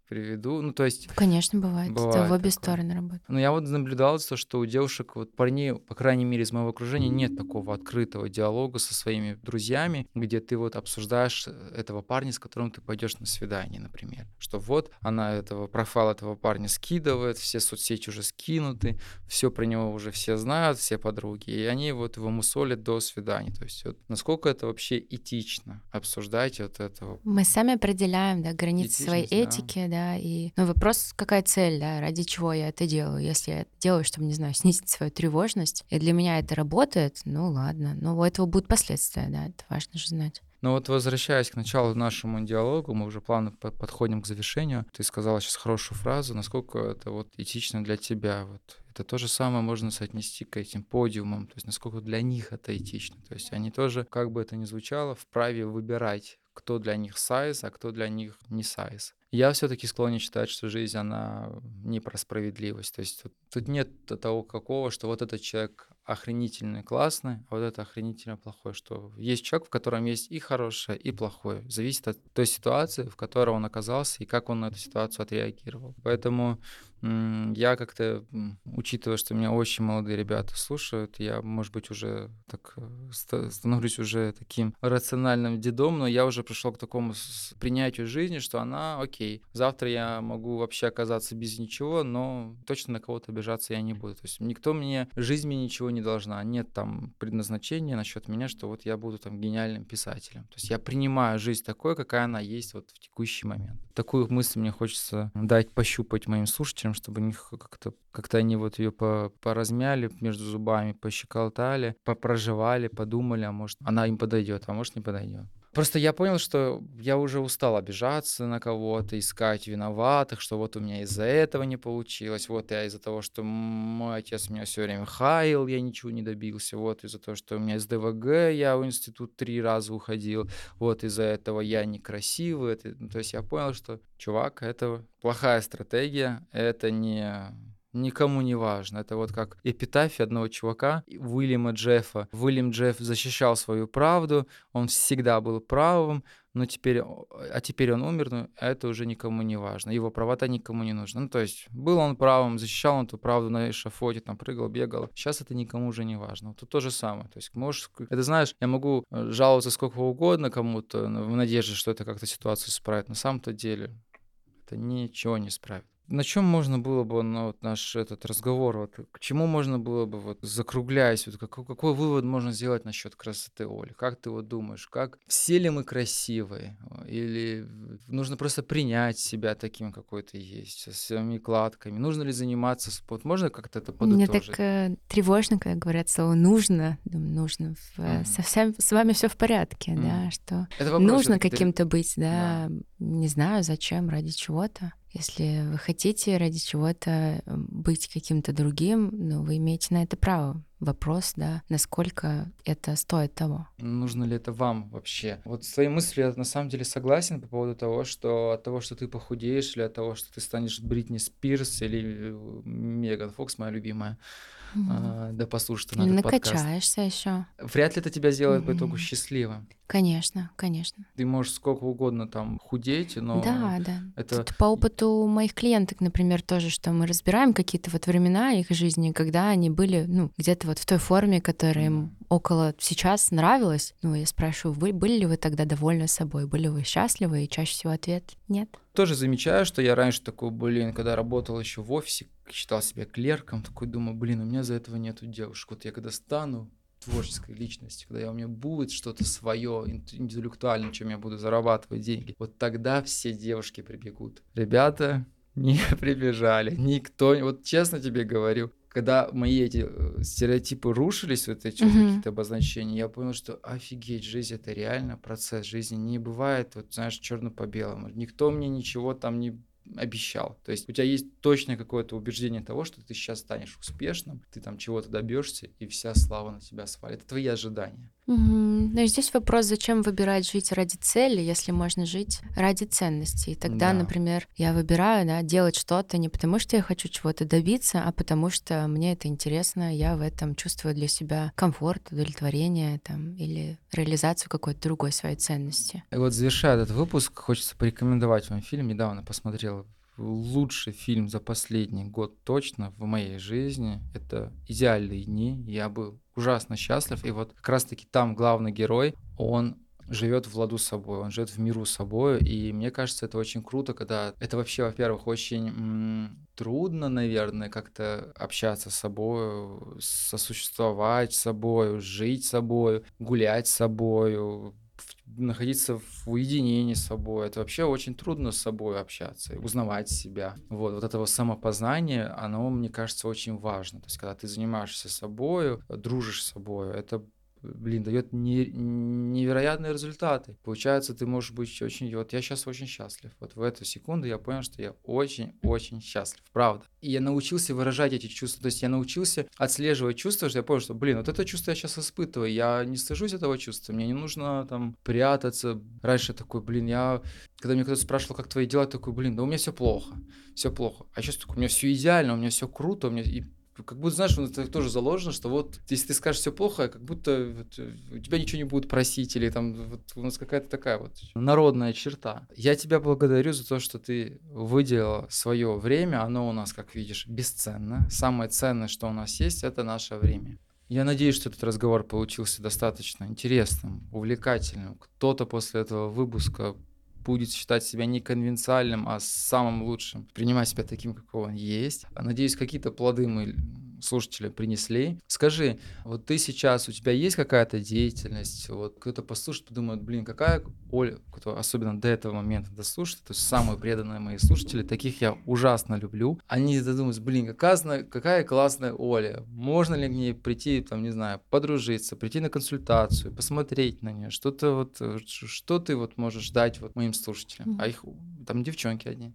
приведу. Ну, то есть... Конечно, бывает. Бывает Это в обе такое. стороны работает. Но я вот наблюдал то, что у девушек, вот парней, по крайней мере, из моего окружения, нет такого открытого диалога со своими друзьями, где ты вот обсуждаешь этого парня, с которым ты пойдешь на свидание, например. Что вот она этого профайл этого парня скидывает, все соцсети уже скинуты, все про него уже все знают, все подруги, и они вот его мусолят до свидания. То есть вот насколько это вообще этично обсуждать вот этого. Мы сами определяем, да, границы своей Этичность, да. этики, да, и ну, вопрос, какая цель, да, ради чего я это делаю. Если я это делаю, чтобы, не знаю, снизить свою тревожность, и для меня это работает, ну ладно, но у этого будут последствия, да, это важно же знать. Но вот возвращаясь к началу нашему диалогу, мы уже плавно по- подходим к завершению. Ты сказала сейчас хорошую фразу, насколько это вот этично для тебя. Вот это то же самое можно соотнести к этим подиумам, то есть насколько для них это этично. То есть они тоже, как бы это ни звучало, вправе выбирать, кто для них сайз, а кто для них не сайз. Я все-таки склонен считать, что жизнь, она не про справедливость. То есть тут, тут нет того какого, что вот этот человек охренительный, классный, а вот это охренительно плохой. Что есть человек, в котором есть и хорошее, и плохое. Зависит от той ситуации, в которой он оказался, и как он на эту ситуацию отреагировал. Поэтому м, я как-то, м, учитывая, что меня очень молодые ребята слушают, я, может быть, уже так э, ста- становлюсь уже таким рациональным дедом, но я уже пришел к такому с- принятию жизни, что она, окей, завтра я могу вообще оказаться без ничего, но точно на кого-то обижаться я не буду. То есть никто мне, жизнь мне ничего не должна. Нет там предназначения насчет меня, что вот я буду там гениальным писателем. То есть я принимаю жизнь такой, какая она есть вот в текущий момент. Такую мысль мне хочется дать пощупать моим слушателям, чтобы них как-то как-то они вот ее по, поразмяли между зубами, пощекотали, попроживали, подумали, а может она им подойдет, а может не подойдет. Просто я понял, что я уже устал обижаться на кого-то, искать виноватых, что вот у меня из-за этого не получилось, вот я из-за того, что мой отец меня все время хаил, я ничего не добился, вот из-за того, что у меня из ДВГ я в институт три раза уходил, вот из-за этого я некрасивый. Это, ну, то есть я понял, что, чувак, это плохая стратегия, это не... Никому не важно. Это вот как эпитафия одного чувака, Уильяма Джеффа. Уильям Джефф защищал свою правду, он всегда был правым, но теперь, а теперь он умер, но это уже никому не важно. Его права-то никому не нужны. Ну, то есть, был он правым, защищал он эту правду на эшафоте, там, прыгал, бегал. Сейчас это никому уже не важно. Тут то же самое. То есть, можешь... Это, знаешь, я могу жаловаться сколько угодно кому-то в надежде, что это как-то ситуацию исправит. На самом-то деле это ничего не исправит. На чем можно было бы, ну, вот наш этот разговор, вот, к чему можно было бы, вот, закругляясь, вот, какой, какой вывод можно сделать насчет красоты, Оли? Как ты вот думаешь, как все ли мы красивые? Или нужно просто принять себя таким, какой ты есть, со своими кладками? Нужно ли заниматься спортом? Можно как-то это Мне подытожить? так э, тревожно, когда говорят слово «нужно». Думаю, нужно. В, Мгм. совсем с вами все в порядке, Мгм. да, что Это вопрос нужно всё-таки, каким-то быть, да. да, не знаю, зачем, ради чего-то. Если вы хотите ради чего-то э, быть каким-то другим, ну, вы имеете на это право. Вопрос, да, насколько это стоит того. Нужно ли это вам вообще? Вот с твоей мыслью я на самом деле согласен по поводу того, что от того, что ты похудеешь, или от того, что ты станешь Бритни Спирс или э, Меган Фокс, моя любимая, Мгм. а, да послушай ты Или на этот подкаст. накачаешься еще. Вряд ли это тебя сделает по итогу Мгм. счастливым. Конечно, конечно. Ты можешь сколько угодно там худеть, но Да, да. это... Тут по опыту моих клиенток, например, тоже, что мы разбираем какие-то вот времена их жизни, когда они были, ну, где-то вот в той форме, которая им около сейчас нравилась. Ну, я спрашиваю, вы были ли вы тогда довольны собой? Были вы счастливы? И чаще всего ответ — нет. Тоже замечаю, что я раньше такой, блин, когда работал еще в офисе, считал себя клерком, такой думаю, блин, у меня за этого нету девушек. Вот я когда стану творческой личностью, когда у меня будет что-то свое, интеллектуальное, чем я буду зарабатывать деньги, вот тогда все девушки прибегут. Ребята не прибежали, никто, вот честно тебе говорю, когда мои эти э, стереотипы рушились, вот эти вот Мгм. какие-то обозначения, я понял, что офигеть, жизнь это реально процесс, жизни не бывает, вот знаешь, черно по белому. Никто мне ничего там не обещал. То есть у тебя есть точное какое-то убеждение того, что ты сейчас станешь успешным, ты там чего-то добьешься, и вся слава на тебя свалит. Это твои ожидания. Мгм. Ну и здесь вопрос, зачем выбирать жить ради цели, если можно жить ради ценностей. Тогда, Да. например, я выбираю, да, делать что-то не потому, что я хочу чего-то добиться, а потому что мне это интересно, я в этом чувствую для себя комфорт, удовлетворение там, или реализацию какой-то другой своей ценности. И вот завершая этот выпуск, хочется порекомендовать вам фильм. Недавно посмотрел лучший фильм за последний год точно в моей жизни. Это «Идеальные дни». Я был ужасно счастлив. И вот как раз-таки там главный герой, он живет в ладу с собой, он живет в миру с собой. И мне кажется, это очень круто, когда это вообще, во-первых, очень м, трудно, наверное, как-то общаться с собой, сосуществовать с собой, жить с собой, гулять с собой, находиться в уединении с собой. Это вообще очень трудно с собой общаться, узнавать себя. Вот, вот этого самопознания, оно, мне кажется, очень важно. То есть, когда ты занимаешься собой, дружишь с собой, это, блин, дает не- невероятные результаты. Получается, ты можешь быть очень... Вот я сейчас очень счастлив. Вот в эту секунду я понял, что я очень-очень счастлив. Правда. И я научился выражать эти чувства. То есть я научился отслеживать чувства, что я понял, что, блин, вот это чувство я сейчас испытываю. Я не стыжусь этого чувства. Мне не нужно там прятаться. Раньше такой, блин, я... Когда меня кто-то спрашивал, как твои дела, такой, блин, да у меня все плохо. Все плохо. А сейчас такой, у меня все идеально, у меня все круто. У меня... И как будто, знаешь, это тоже заложено, что вот если ты скажешь все плохо, как будто вот, у тебя ничего не будут просить, или там вот у нас какая-то такая вот народная черта. Я тебя благодарю за то, что ты выделила свое время, оно у нас, как видишь, бесценно. Самое ценное, что у нас есть, это наше время. Я надеюсь, что этот разговор получился достаточно интересным, увлекательным. Кто-то после этого выпуска будет считать себя не конвенциальным, а самым лучшим, принимать себя таким, какой он есть. Надеюсь, какие-то плоды мы слушатели принесли. Скажи, вот ты сейчас, у тебя есть какая-то деятельность, вот кто-то послушает, подумает, блин, какая Оля, кто особенно до этого момента дослушает, то есть самые преданные мои слушатели, таких я ужасно люблю, они задумаются, блин, какая, какая классная Оля, можно ли к ней прийти, там, не знаю, подружиться, прийти на консультацию, посмотреть на нее, что-то вот, что ты вот можешь дать вот моим слушателям, а их там девчонки одни.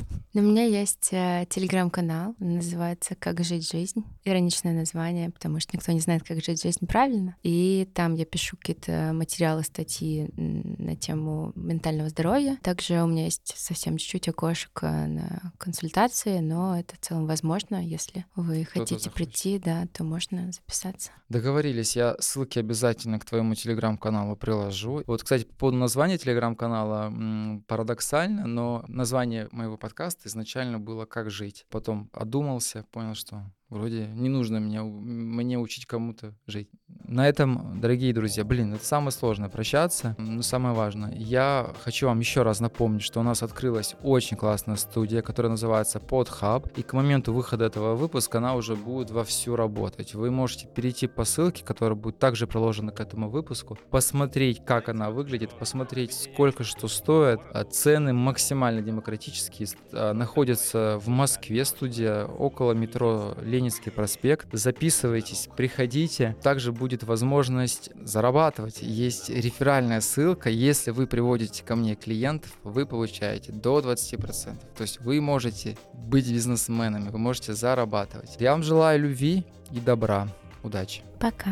У меня есть э, телеграм-канал, называется «Как жить жизнь». Ироничное название, потому что никто не знает, как жить жизнь правильно. И там я пишу какие-то материалы, статьи на тему ментального здоровья. Также у меня есть совсем чуть-чуть окошек на консультации, но это в целом возможно. Если вы Кто-то хотите захочет. прийти, да, то можно записаться. Договорились. Я ссылки обязательно к твоему телеграм-каналу приложу. Вот, кстати, по поводу названия телеграм-канала м, парадоксально, но название моего подкаста изначально было «Как жить». Потом одумался, понял, что вроде не нужно меня, мне учить кому-то жить. На этом, дорогие друзья, блин, это самое сложное — прощаться. Но самое важное, я хочу вам еще раз напомнить, что у нас открылась очень классная студия, которая называется PodHub, и к моменту выхода этого выпуска она уже будет вовсю работать. Вы можете перейти по ссылке, которая будет также приложена к этому выпуску, посмотреть, как она выглядит, посмотреть, сколько что стоит. Цены максимально демократические. Находится в Москве студия, около метро Ленинский проспект. Записывайтесь, приходите. Также будет возможность зарабатывать. Есть реферальная ссылка. Если вы приводите ко мне клиентов, вы получаете до двадцать процентов. То есть вы можете быть бизнесменами, вы можете зарабатывать. Я вам желаю любви и добра. Удачи. Пока.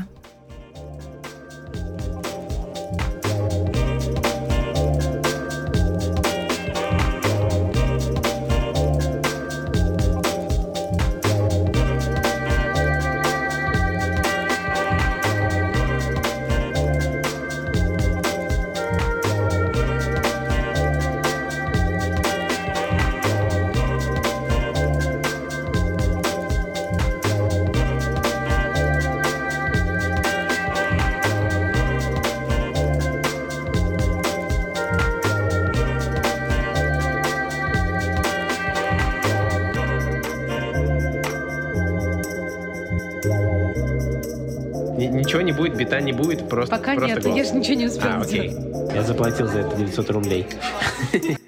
Ничего не будет, бита не будет, просто Пока просто нет, голос. я же ничего не успела А, окей. сделать. Я заплатил за это девятьсот рублей.